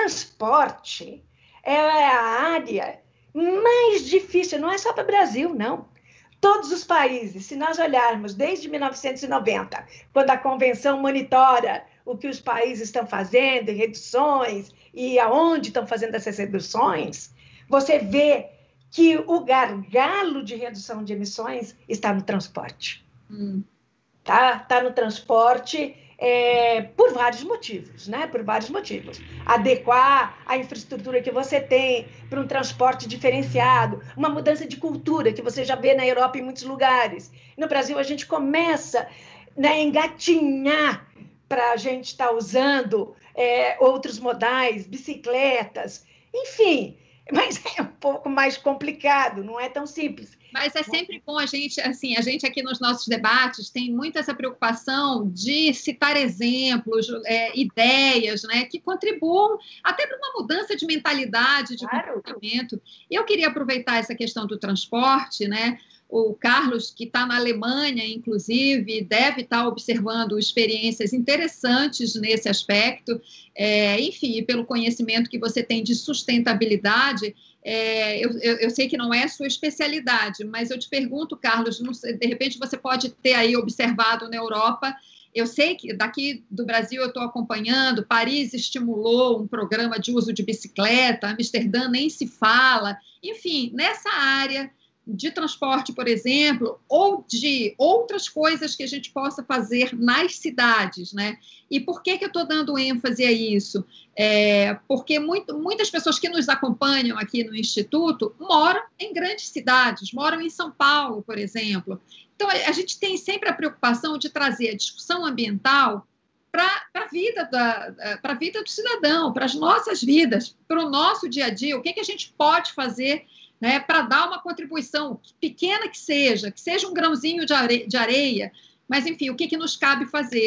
Transporte é a área mais difícil, não é só para o Brasil, não. Todos os países, se nós olharmos desde mil novecentos e noventa, quando a Convenção monitora o que os países estão fazendo em reduções e aonde estão fazendo essas reduções, você vê que o gargalo de redução de emissões está no transporte. Hum. Tá? Está no transporte é, por vários motivos, né? Por vários motivos. Adequar a infraestrutura que você tem para um transporte diferenciado, uma mudança de cultura que você já vê na Europa em muitos lugares. No Brasil, a gente começa, né, a engatinhar para a gente estar tá usando é, outros modais, bicicletas, enfim... Mas é um pouco mais complicado, não é tão simples. Mas é sempre bom a gente, assim, a gente aqui nos nossos debates tem muito essa preocupação de citar exemplos, é, ideias, né, que contribuam até para uma mudança de mentalidade, de claro. Comportamento. Eu queria aproveitar essa questão do transporte, né? O Carlos, que está na Alemanha, inclusive, deve estar observando experiências interessantes nesse aspecto. É, enfim, pelo conhecimento que você tem de sustentabilidade, é, eu, eu, eu sei que não é a sua especialidade, mas eu te pergunto, Carlos, não sei, de repente você pode ter aí observado na Europa. Eu sei que daqui do Brasil eu estou acompanhando, Paris estimulou um programa de uso de bicicleta, Amsterdã nem se fala. Enfim, nessa área de transporte, por exemplo, ou de outras coisas que a gente possa fazer nas cidades, né? E por que que eu estou dando ênfase a isso? É, porque muito, muitas pessoas que nos acompanham aqui no Instituto moram em grandes cidades, moram em São Paulo, por exemplo. Então, a gente tem sempre a preocupação de trazer a discussão ambiental para a vida, para a vida do cidadão, para as nossas vidas, para o nosso dia a dia. O que que a gente pode fazer, né, para dar uma contribuição, pequena que seja, que seja um grãozinho de areia, de areia, mas, enfim, o que, que nos cabe fazer?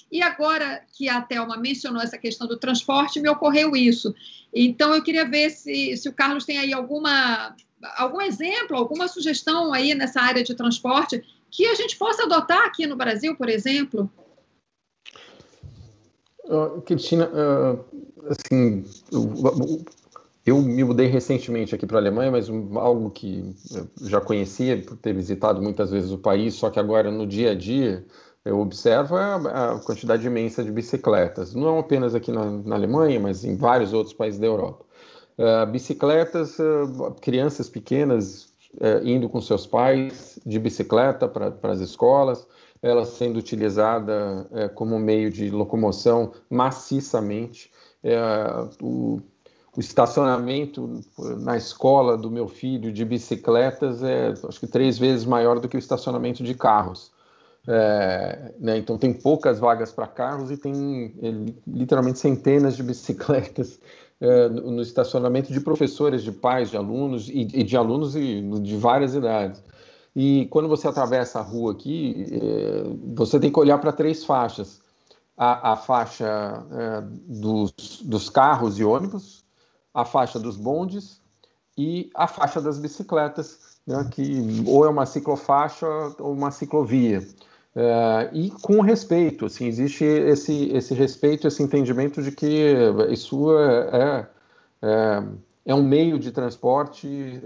E agora que a Thelma mencionou essa questão do transporte, me ocorreu isso. Então, eu queria ver se, se o Carlos tem aí alguma, algum exemplo, alguma sugestão aí nessa área de transporte que a gente possa adotar aqui no Brasil, por exemplo. Uh, Cristina, uh, assim, eu, eu me mudei recentemente aqui para a Alemanha, mas algo que eu já conhecia por ter visitado muitas vezes o país, só que agora no dia a dia eu observo a, a quantidade imensa de bicicletas, não apenas aqui na, na Alemanha, mas em vários outros países da Europa. Uh, bicicletas, uh, crianças pequenas uh, indo com seus pais de bicicleta para as escolas, ela sendo utilizada uh, como meio de locomoção maciçamente. Uh, o, o estacionamento na escola do meu filho de bicicletas é, acho que, três vezes maior do que o estacionamento de carros. É, né, então tem poucas vagas para carros e tem é, literalmente centenas de bicicletas é, no, no estacionamento de professores, de pais, de alunos e, e de alunos e, de várias idades. E quando você atravessa a rua aqui, é, você tem que olhar para três faixas. A, a faixa é, dos, dos carros e ônibus, a faixa dos bondes e a faixa das bicicletas, né, que ou é uma ciclofaixa ou uma ciclovia. Uh, e com respeito, assim, existe esse, esse respeito, esse entendimento de que isso é, é, é um meio de transporte,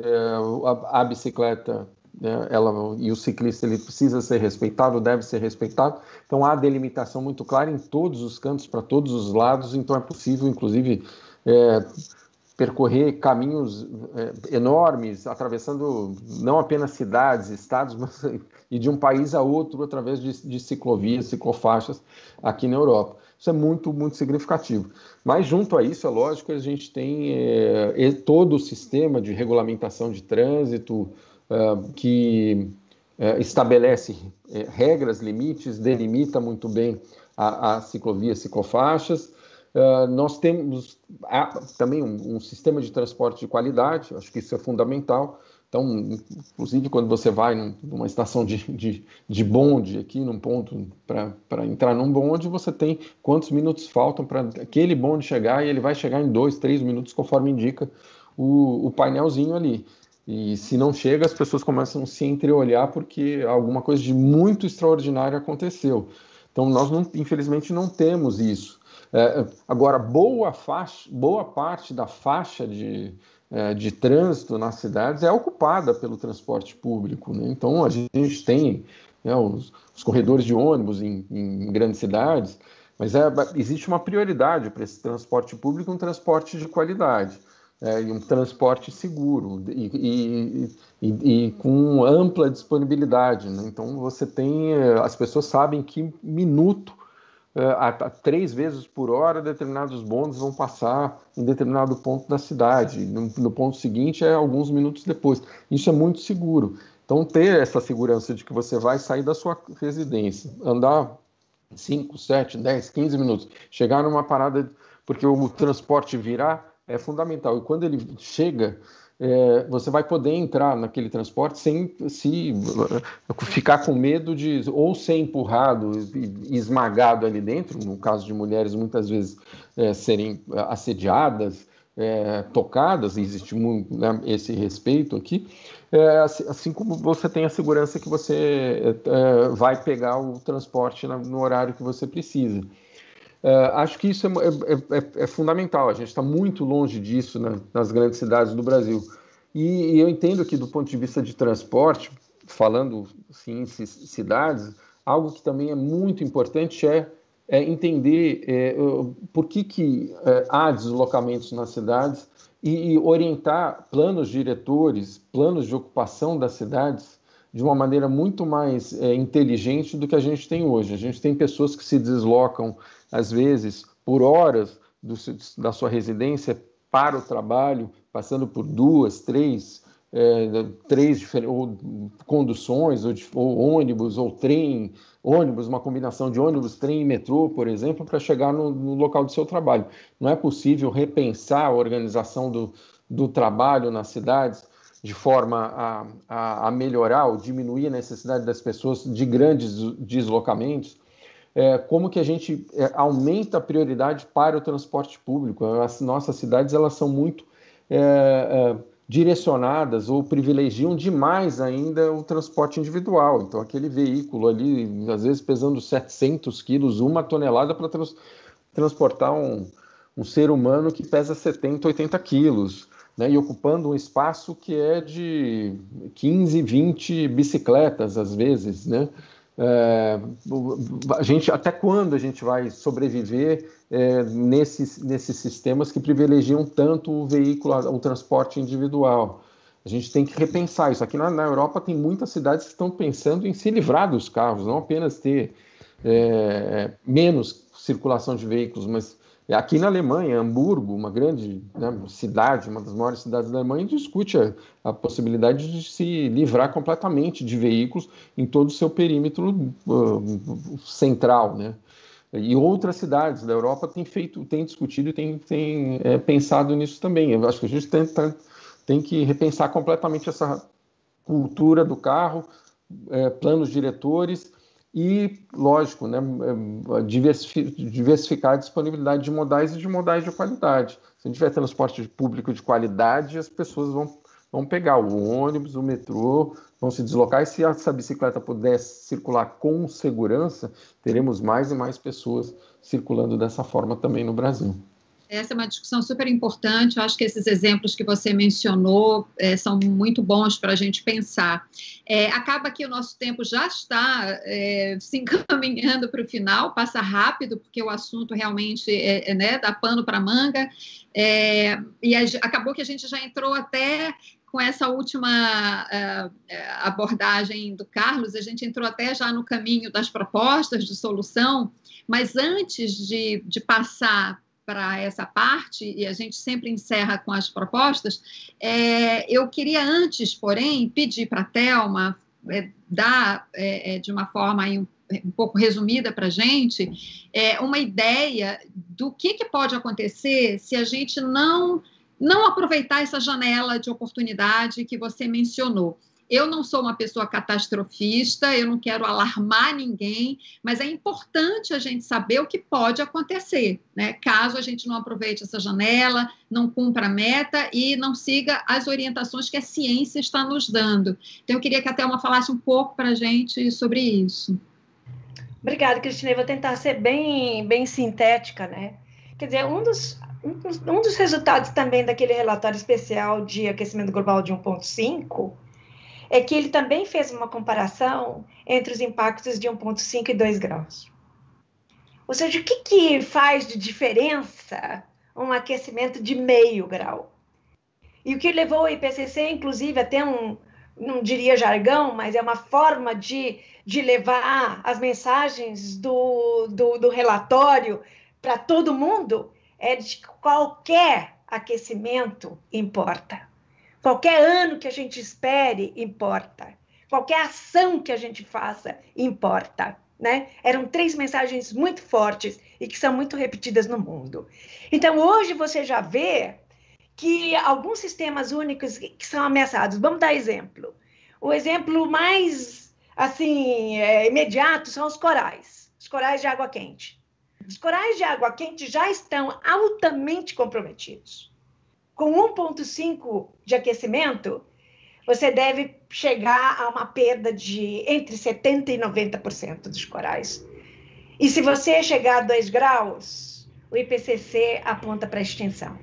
é, a, a bicicleta, né, ela, e o ciclista, ele precisa ser respeitado, deve ser respeitado. Então há delimitação muito clara em todos os cantos, para todos os lados, então é possível, inclusive, é, percorrer caminhos é, enormes, atravessando não apenas cidades, estados, mas e de um país a outro através de, de ciclovias, ciclofaixas aqui na Europa. Isso é muito, muito significativo. Mas junto a isso, é lógico que a gente tem é, todo o sistema de regulamentação de trânsito é, que é, estabelece é, regras, limites, delimita muito bem a, a ciclovias, ciclofaixas. Uh, nós temos ah, também um, um sistema de transporte de qualidade, acho que isso é fundamental. Então, inclusive, quando você vai num, numa estação de, de, de bonde, aqui num ponto para entrar num bonde, você tem quantos minutos faltam para aquele bonde chegar, e ele vai chegar em dois, três minutos, conforme indica o, o painelzinho ali. E se não chega, as pessoas começam a se entreolhar porque alguma coisa de muito extraordinário aconteceu. Então, nós, não, infelizmente, não temos isso. É, agora, boa, faixa, boa parte da faixa de, é, de trânsito nas cidades é ocupada pelo transporte público, né? Então, a gente tem, né, os, os corredores de ônibus em, em grandes cidades, mas é, existe uma prioridade para esse transporte público, um transporte de qualidade, é, e um transporte seguro e, e, e, e com ampla disponibilidade, né? Então, você tem, as pessoas sabem que minuto, A, a três vezes por hora, determinados bondes vão passar em determinado ponto da cidade. No, no ponto seguinte é alguns minutos depois. Isso é muito seguro. Então, ter essa segurança de que você vai sair da sua residência, andar cinco, sete, dez, quinze minutos, chegar numa parada, porque o transporte virá, é fundamental. E quando ele chega, É, você vai poder entrar naquele transporte sem se ficar com medo de ou ser empurrado e esmagado ali dentro, no caso de mulheres muitas vezes é, serem assediadas, é, tocadas, existe muito, né, esse respeito aqui, é, assim, assim como você tem a segurança que você é, vai pegar o transporte no horário que você precisa. Uh, acho que isso é, é, é, é fundamental. A gente está muito longe disso, né, nas grandes cidades do Brasil. E, e eu entendo que, do ponto de vista de transporte, falando assim, em cidades, algo que também é muito importante é, é entender é, por que, que é, há deslocamentos nas cidades e, e orientar planos diretores, planos de ocupação das cidades de uma maneira muito mais é, inteligente do que a gente tem hoje. A gente tem pessoas que se deslocam, às vezes, por horas do, da sua residência para o trabalho, passando por duas, três, é, três ou conduções, ou, de, ou ônibus, ou trem, ônibus, uma combinação de ônibus, trem e metrô, por exemplo, para chegar no, no local do seu trabalho. Não é possível repensar a organização do, do trabalho nas cidades de forma a, a, a melhorar ou diminuir a necessidade das pessoas de grandes deslocamentos? é, como que a gente é, aumenta a prioridade para o transporte público. As nossas cidades elas são muito é, é, direcionadas ou privilegiam demais ainda o transporte individual. Então, aquele veículo ali, às vezes pesando setecentos quilos, uma tonelada para trans, transportar um, um ser humano que pesa setenta, oitenta quilos, né, e ocupando um espaço que é de quinze, vinte bicicletas, às vezes, né? É, a gente, até quando a gente vai sobreviver é, nesses, nesses sistemas que privilegiam tanto o veículo, o transporte individual? A gente tem que repensar isso. Aqui na, na Europa tem muitas cidades que estão pensando em se livrar dos carros, não apenas ter é, menos circulação de veículos, mas aqui na Alemanha, Hamburgo, uma grande, né, cidade, uma das maiores cidades da Alemanha, discute a, a possibilidade de se livrar completamente de veículos em todo o seu perímetro uh, central, né? E outras cidades da Europa têm feito, têm discutido e têm, têm é, pensado nisso também. Eu acho que a gente tem, tem que repensar completamente essa cultura do carro, é, planos diretores. E, lógico, né, diversificar a disponibilidade de modais e de modais de qualidade. Se a gente tiver transporte público de qualidade, as pessoas vão, vão pegar o ônibus, o metrô, vão se deslocar. E se essa bicicleta puder circular com segurança, teremos mais e mais pessoas circulando dessa forma também no Brasil. Essa é uma discussão super importante. Eu acho que esses exemplos que você mencionou é, são muito bons para a gente pensar. É, acaba que o nosso tempo já está é, se encaminhando para o final, passa rápido, porque o assunto realmente é, é, né, dá pano para manga. É, e a, acabou que a gente já entrou até com essa última uh, abordagem do Carlos, a gente entrou até já no caminho das propostas de solução, mas antes de, de passar para essa parte, e a gente sempre encerra com as propostas, é, eu queria antes, porém, pedir para a Thelma é, dar, é, de uma forma aí um, um pouco resumida para a gente, é, uma ideia do que, que pode acontecer se a gente não, não aproveitar essa janela de oportunidade que você mencionou. Eu não sou uma pessoa catastrofista, eu não quero alarmar ninguém, mas é importante a gente saber o que pode acontecer, né? Caso a gente não aproveite essa janela, não cumpra a meta e não siga as orientações que a ciência está nos dando. Então, eu queria que a Thelma falasse um pouco para a gente sobre isso. Obrigada, Cristina. Eu vou tentar ser bem, bem sintética, né? Quer dizer, um dos, um dos, um dos resultados também daquele relatório especial de aquecimento global de um ponto cinco é que ele também fez uma comparação entre os impactos de um ponto cinco e dois graus. Ou seja, o que, que faz de diferença um aquecimento de meio grau? E o que levou o I P C C, inclusive, até um, não diria jargão, mas é uma forma de, de levar as mensagens do, do, do relatório para todo mundo, é de que qualquer aquecimento importa. Qualquer ano que a gente espere, importa. Qualquer ação que a gente faça, importa. Né? Eram três mensagens muito fortes e que são muito repetidas no mundo. Então, hoje você já vê que alguns sistemas únicos que são ameaçados. Vamos dar exemplo. O exemplo mais assim, é, imediato são os corais. Os corais de água quente. Os corais de água quente já estão altamente comprometidos. Com um ponto cinco de aquecimento, você deve chegar a uma perda de entre setenta por cento e noventa por cento dos corais. E se você chegar a dois graus, o I P C C aponta para a extinção.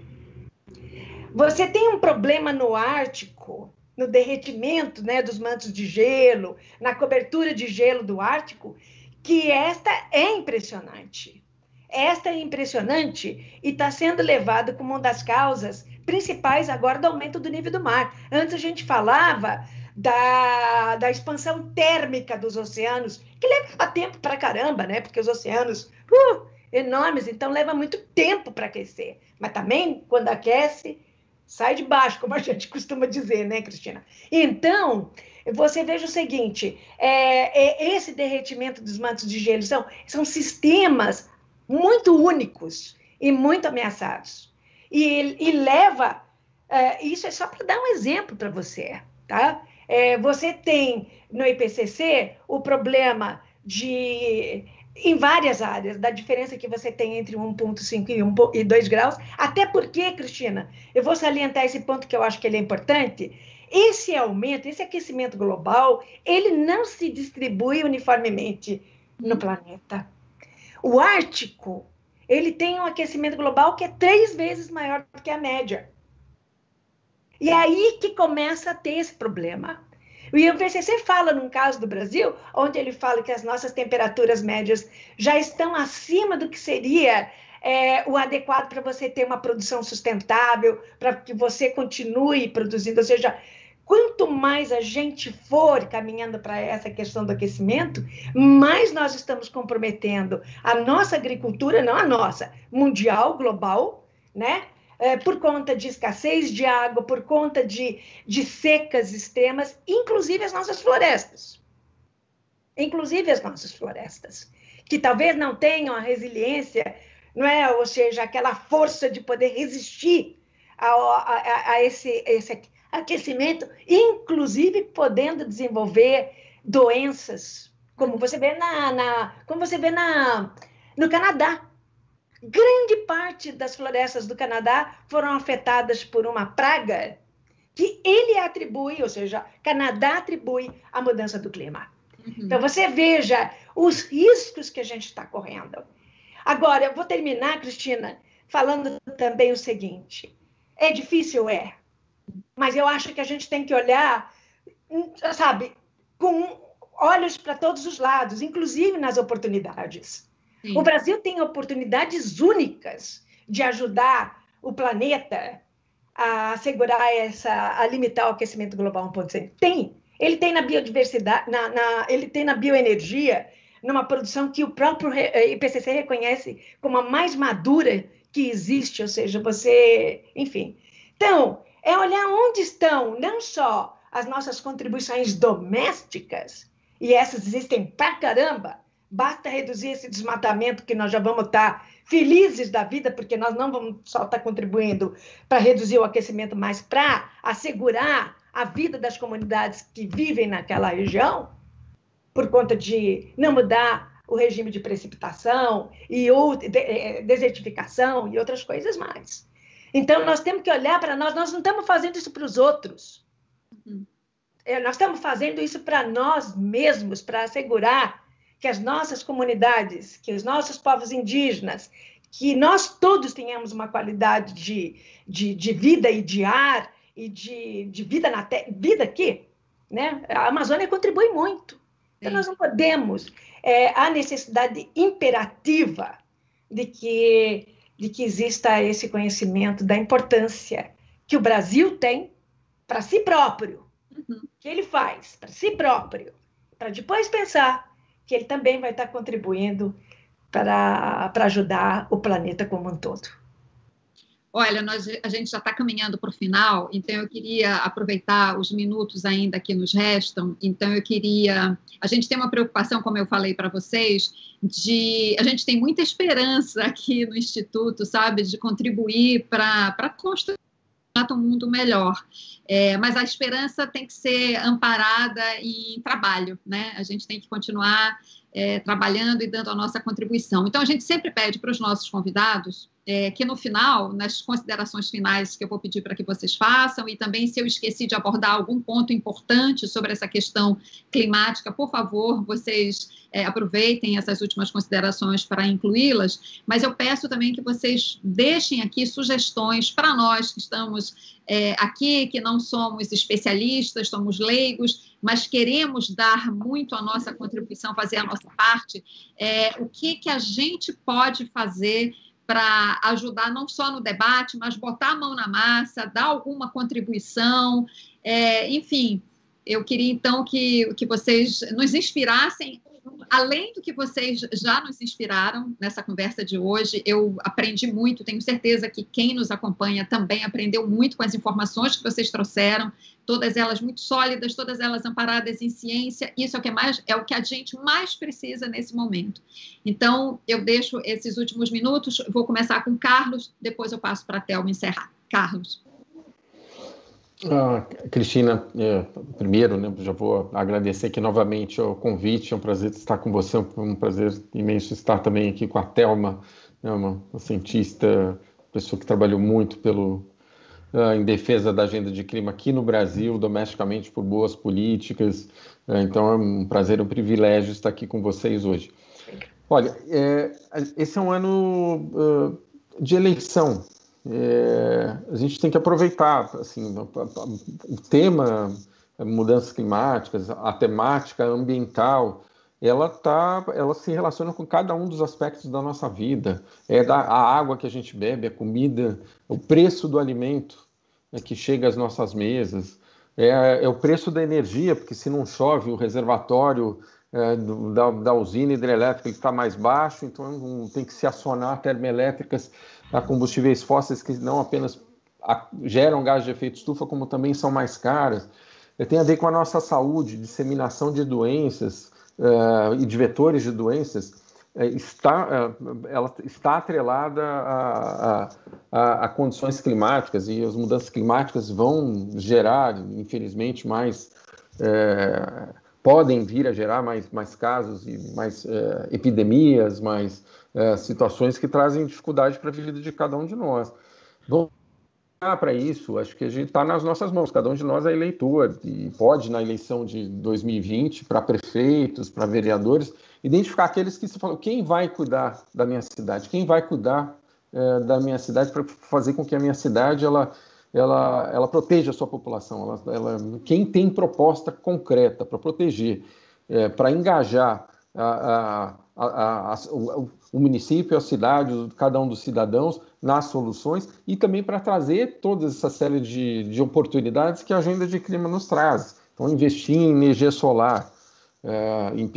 Você tem um problema no Ártico, no derretimento, né, dos mantos de gelo, na cobertura de gelo do Ártico, que esta é impressionante. Esta é impressionante e está sendo levada como uma das causas principais agora do aumento do nível do mar. Antes a gente falava da, da expansão térmica dos oceanos, que leva tempo para caramba, né? Porque os oceanos, uh, enormes, então leva muito tempo para aquecer. Mas também, quando aquece, sai de baixo, como a gente costuma dizer, né, Cristina? Então, você veja o seguinte, é, é, esse derretimento dos mantos de gelo são, são sistemas muito únicos e muito ameaçados. E, e leva, uh, isso é só para dar um exemplo para você, tá? É, você tem no I P C C o problema de em várias áreas, da diferença que você tem entre um vírgula cinco e dois graus, até porque, Cristina, eu vou salientar esse ponto que eu acho que ele é importante, esse aumento, esse aquecimento global, ele não se distribui uniformemente no planeta. O Ártico, ele tem um aquecimento global que é três vezes maior do que a média. E é aí que começa a ter esse problema. O I P C C fala, num caso do Brasil, onde ele fala que as nossas temperaturas médias já estão acima do que seria é, o adequado para você ter uma produção sustentável, para que você continue produzindo. Ou seja, quanto mais a gente for caminhando para essa questão do aquecimento, mais nós estamos comprometendo a nossa agricultura, não a nossa, mundial, global, né? É, por conta de escassez de água, por conta de, de secas extremas, inclusive as nossas florestas. Inclusive as nossas florestas, que talvez não tenham a resiliência, não é? Ou seja, aquela força de poder resistir a, a, a esse, esse aquecimento, inclusive podendo desenvolver doenças, como você vê, na, na, como você vê na, no Canadá. Grande parte das florestas do Canadá foram afetadas por uma praga que ele atribui, ou seja, Canadá atribui à mudança do clima. Uhum. Então, você veja os riscos que a gente está correndo. Agora, eu vou terminar, Cristina, falando também o seguinte. É difícil, é. Mas eu acho que a gente tem que olhar, sabe, com olhos para todos os lados, inclusive nas oportunidades. Sim. O Brasil tem oportunidades únicas de ajudar o planeta a assegurar essa, a limitar o aquecimento global um ponto cinco. Tem. Ele tem na biodiversidade, na, na, ele tem na bioenergia, numa produção que o próprio I P C C reconhece como a mais madura que existe, ou seja, você, enfim. Então, é olhar onde estão não só as nossas contribuições domésticas, e essas existem pra caramba. Basta reduzir esse desmatamento que nós já vamos estar felizes da vida, porque nós não vamos só estar contribuindo para reduzir o aquecimento, mas para assegurar a vida das comunidades que vivem naquela região, por conta de não mudar o regime de precipitação e ou desertificação e outras coisas mais. Então, nós temos que olhar para nós, nós não estamos fazendo isso para os outros. Uhum. Nós estamos fazendo isso para nós mesmos, para assegurar que as nossas comunidades, que os nossos povos indígenas, que nós todos tenhamos uma qualidade de, de, de vida e de ar e de, de vida na terra, vida aqui, né? A Amazônia contribui muito. Então, Sim. nós não podemos, é, há necessidade imperativa de que, de que exista esse conhecimento da importância que o Brasil tem para si próprio, uhum. que ele faz para si próprio, para depois pensar que ele também vai estar contribuindo para, para ajudar o planeta como um todo. Olha, nós, a gente já está caminhando para o final, então eu queria aproveitar os minutos ainda que nos restam, então eu queria... A gente tem uma preocupação, como eu falei para vocês, de... A gente tem muita esperança aqui no Instituto, sabe, de contribuir para a construir um mundo melhor. É, mas a esperança tem que ser amparada em trabalho, né? A gente tem que continuar é, trabalhando e dando a nossa contribuição. Então, a gente sempre pede para os nossos convidados é, que no final, nas considerações finais que eu vou pedir para que vocês façam, e também se eu esqueci de abordar algum ponto importante sobre essa questão climática, por favor, vocês é, aproveitem essas últimas considerações para incluí-las, mas eu peço também que vocês deixem aqui sugestões para nós que estamos é, aqui, que não somos especialistas, somos leigos, mas queremos dar muito a nossa contribuição, fazer a nossa parte, é, o que, que a gente pode fazer para ajudar não só no debate, mas botar a mão na massa, dar alguma contribuição, é, enfim, eu queria então que, que vocês nos inspirassem, além do que vocês já nos inspiraram nessa conversa de hoje. Eu aprendi muito, tenho certeza que quem nos acompanha também aprendeu muito com as informações que vocês trouxeram, todas elas muito sólidas, todas elas amparadas em ciência. Isso é o que, mais, é o que a gente mais precisa nesse momento. Então, eu deixo esses últimos minutos, vou começar com o Carlos, depois eu passo para a Thelma encerrar. Carlos. Ah, Cristina, é, primeiro, né, já vou agradecer aqui novamente o convite, é um prazer estar com você, é um prazer imenso estar também aqui com a Thelma, né, uma, uma cientista, pessoa que trabalhou muito pelo, uh, em defesa da agenda de clima aqui no Brasil, domesticamente por boas políticas, uh, então é um prazer e um privilégio estar aqui com vocês hoje. Olha, é, esse é um ano uh, de eleição. É, a gente tem que aproveitar assim, o tema mudanças climáticas, a temática ambiental, ela, tá, ela se relaciona com cada um dos aspectos da nossa vida. É da, a água que a gente bebe, a comida, o preço do alimento, né, que chega às nossas mesas, é, é o preço da energia, porque se não chove, o reservatório é, do, da, da usina hidrelétrica está mais baixo, então tem que se acionar termoelétricas a combustíveis fósseis que não apenas geram gás de efeito estufa, como também são mais caras. Tem a ver com a nossa saúde, disseminação de doenças uh, e de vetores de doenças, uh, está, uh, ela está atrelada a, a, a, a condições climáticas, e as mudanças climáticas vão gerar, infelizmente, mais... Uh, podem vir a gerar mais, mais casos e mais uh, epidemias, mais... É, situações que trazem dificuldade para a vida de cada um de nós. Vamos para isso, acho que a gente está nas nossas mãos, cada um de nós é eleitor, e pode, na eleição de dois mil e vinte, para prefeitos, para vereadores, identificar aqueles que se falam, quem vai cuidar da minha cidade, quem vai cuidar é, da minha cidade para fazer com que a minha cidade ela, ela, ela proteja a sua população, ela, ela, quem tem proposta concreta para proteger, é, para engajar a, a, a, a, o, o município, a cidade, cada um dos cidadãos nas soluções, e também para trazer toda essa série de, de oportunidades que a agenda de clima nos traz. Então, investir em energia solar, é, em,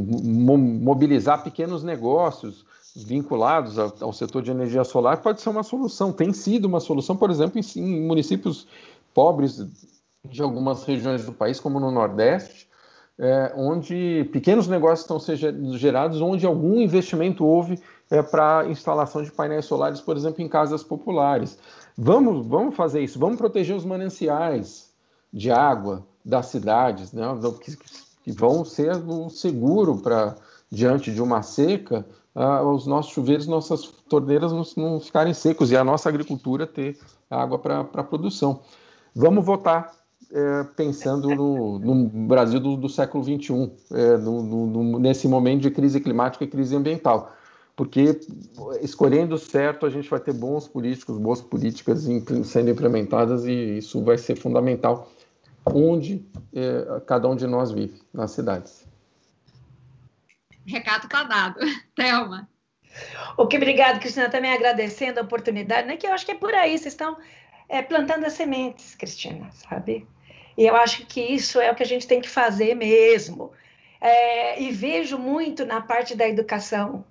mobilizar pequenos negócios vinculados ao, ao setor de energia solar pode ser uma solução, tem sido uma solução, por exemplo, em, em municípios pobres de algumas regiões do país, como no Nordeste, É, onde pequenos negócios estão sendo gerados, onde algum investimento houve é, para instalação de painéis solares, por exemplo, em casas populares. Vamos, vamos fazer isso, vamos proteger os mananciais de água das cidades, né, que, que vão ser o seguro para, diante de uma seca, ah, os nossos chuveiros, nossas torneiras não, não ficarem secos e a nossa agricultura ter água para a produção. Vamos votar É, pensando no, no Brasil do, do século vinte e um, é, no, no, nesse momento de crise climática e crise ambiental, porque escolhendo certo a gente vai ter bons políticos, boas políticas sendo implementadas, e isso vai ser fundamental onde é, cada um de nós vive, nas cidades. Recado está dado. Thelma. Ok, obrigado, Cristina, também agradecendo a oportunidade, né, que eu acho que é por aí, vocês estão é, plantando as sementes, Cristina, sabe? E eu acho que isso é o que a gente tem que fazer mesmo. É, e vejo muito na parte da educação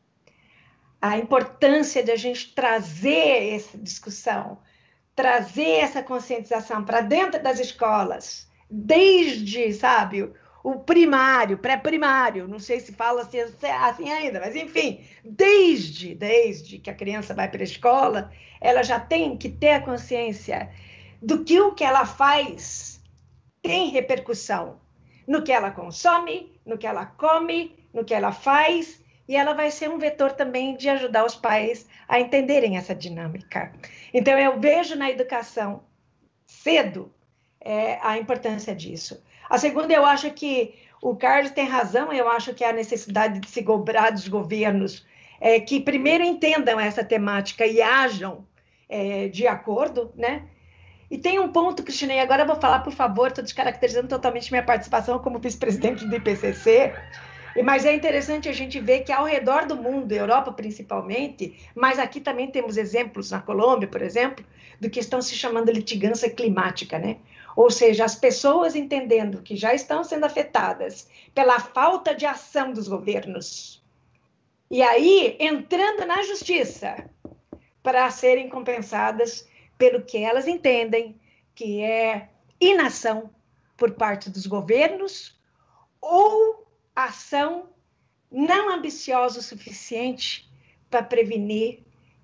a importância de a gente trazer essa discussão, trazer essa conscientização para dentro das escolas, desde, sabe, o primário, pré-primário, não sei se fala assim, assim ainda, mas enfim, desde, desde que a criança vai para a escola, ela já tem que ter a consciência do que o que ela faz tem repercussão no que ela consome, no que ela come, no que ela faz, e ela vai ser um vetor também de ajudar os pais a entenderem essa dinâmica. Então, eu vejo na educação cedo é, a importância disso. A segunda, eu acho que o Carlos tem razão, eu acho que há necessidade de se cobrar dos governos é, que primeiro entendam essa temática e ajam é, de acordo, né? E tem um ponto, Cristina, e agora eu vou falar, por favor, estou descaracterizando totalmente minha participação como vice-presidente do I P C C, mas é interessante a gente ver que ao redor do mundo, Europa principalmente, mas aqui também temos exemplos na Colômbia, por exemplo, do que estão se chamando litigância climática, né? Ou seja, as pessoas entendendo que já estão sendo afetadas pela falta de ação dos governos, e aí entrando na justiça para serem compensadas pelo que elas entendem que é inação por parte dos governos ou ação não ambiciosa o suficiente para prevenir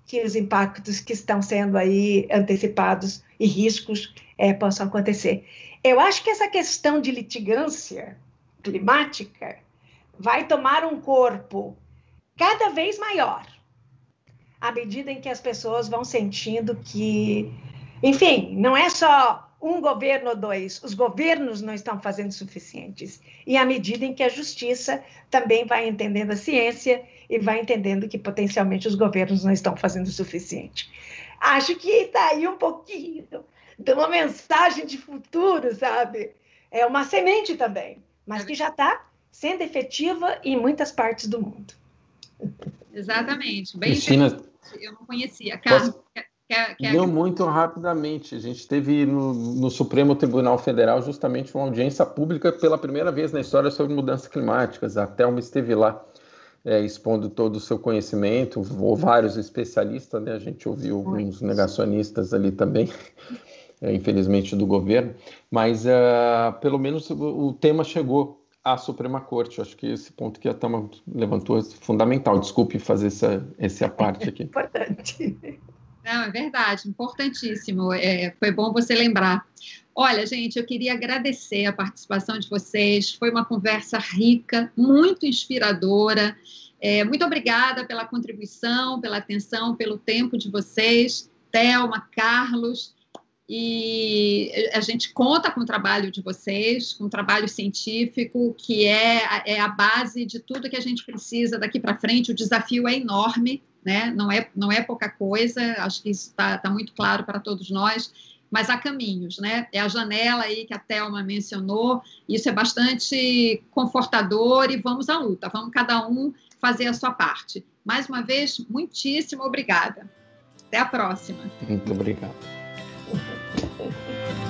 que os impactos que estão sendo aí antecipados e riscos é, possam acontecer. Eu acho que essa questão de litigância climática vai tomar um corpo cada vez maior, à medida em que as pessoas vão sentindo que, enfim, não é só um governo ou dois, os governos não estão fazendo suficientes. E à medida em que a justiça também vai entendendo a ciência e vai entendendo que potencialmente os governos não estão fazendo o suficiente. Acho que está aí um pouquinho de uma mensagem de futuro, sabe? É uma semente também, mas que já está sendo efetiva em muitas partes do mundo. Exatamente. Bem Cristina, eu não conhecia. Carlos, posso... quer, quer, quer... Deu muito rapidamente. A gente teve no, no Supremo Tribunal Federal justamente uma audiência pública pela primeira vez na história sobre mudanças climáticas. A Thelma esteve lá é, expondo todo o seu conhecimento, ou vários especialistas, né? A gente ouviu alguns negacionistas ali também, é, infelizmente do governo, mas uh, pelo menos o, o tema chegou à Suprema Corte. Eu acho que esse ponto que a Thelma levantou é fundamental. Desculpe fazer essa, essa parte aqui. Importante. Não, é verdade, importantíssimo. É, foi bom você lembrar. Olha, gente, eu queria agradecer a participação de vocês. Foi uma conversa rica, muito inspiradora. É, muito obrigada pela contribuição, pela atenção, pelo tempo de vocês, Thelma, Carlos. E a gente conta com o trabalho de vocês, com o trabalho científico, que é, é a base de tudo que a gente precisa daqui para frente. O desafio é enorme, né? Não é, não é pouca coisa, acho que isso está tá muito claro para todos nós, mas há caminhos, né? É a janela aí que a Thelma mencionou, isso é bastante confortador e vamos à luta, vamos cada um fazer a sua parte. Mais uma vez, muitíssimo obrigada. Até a próxima. Muito obrigado. Thank you.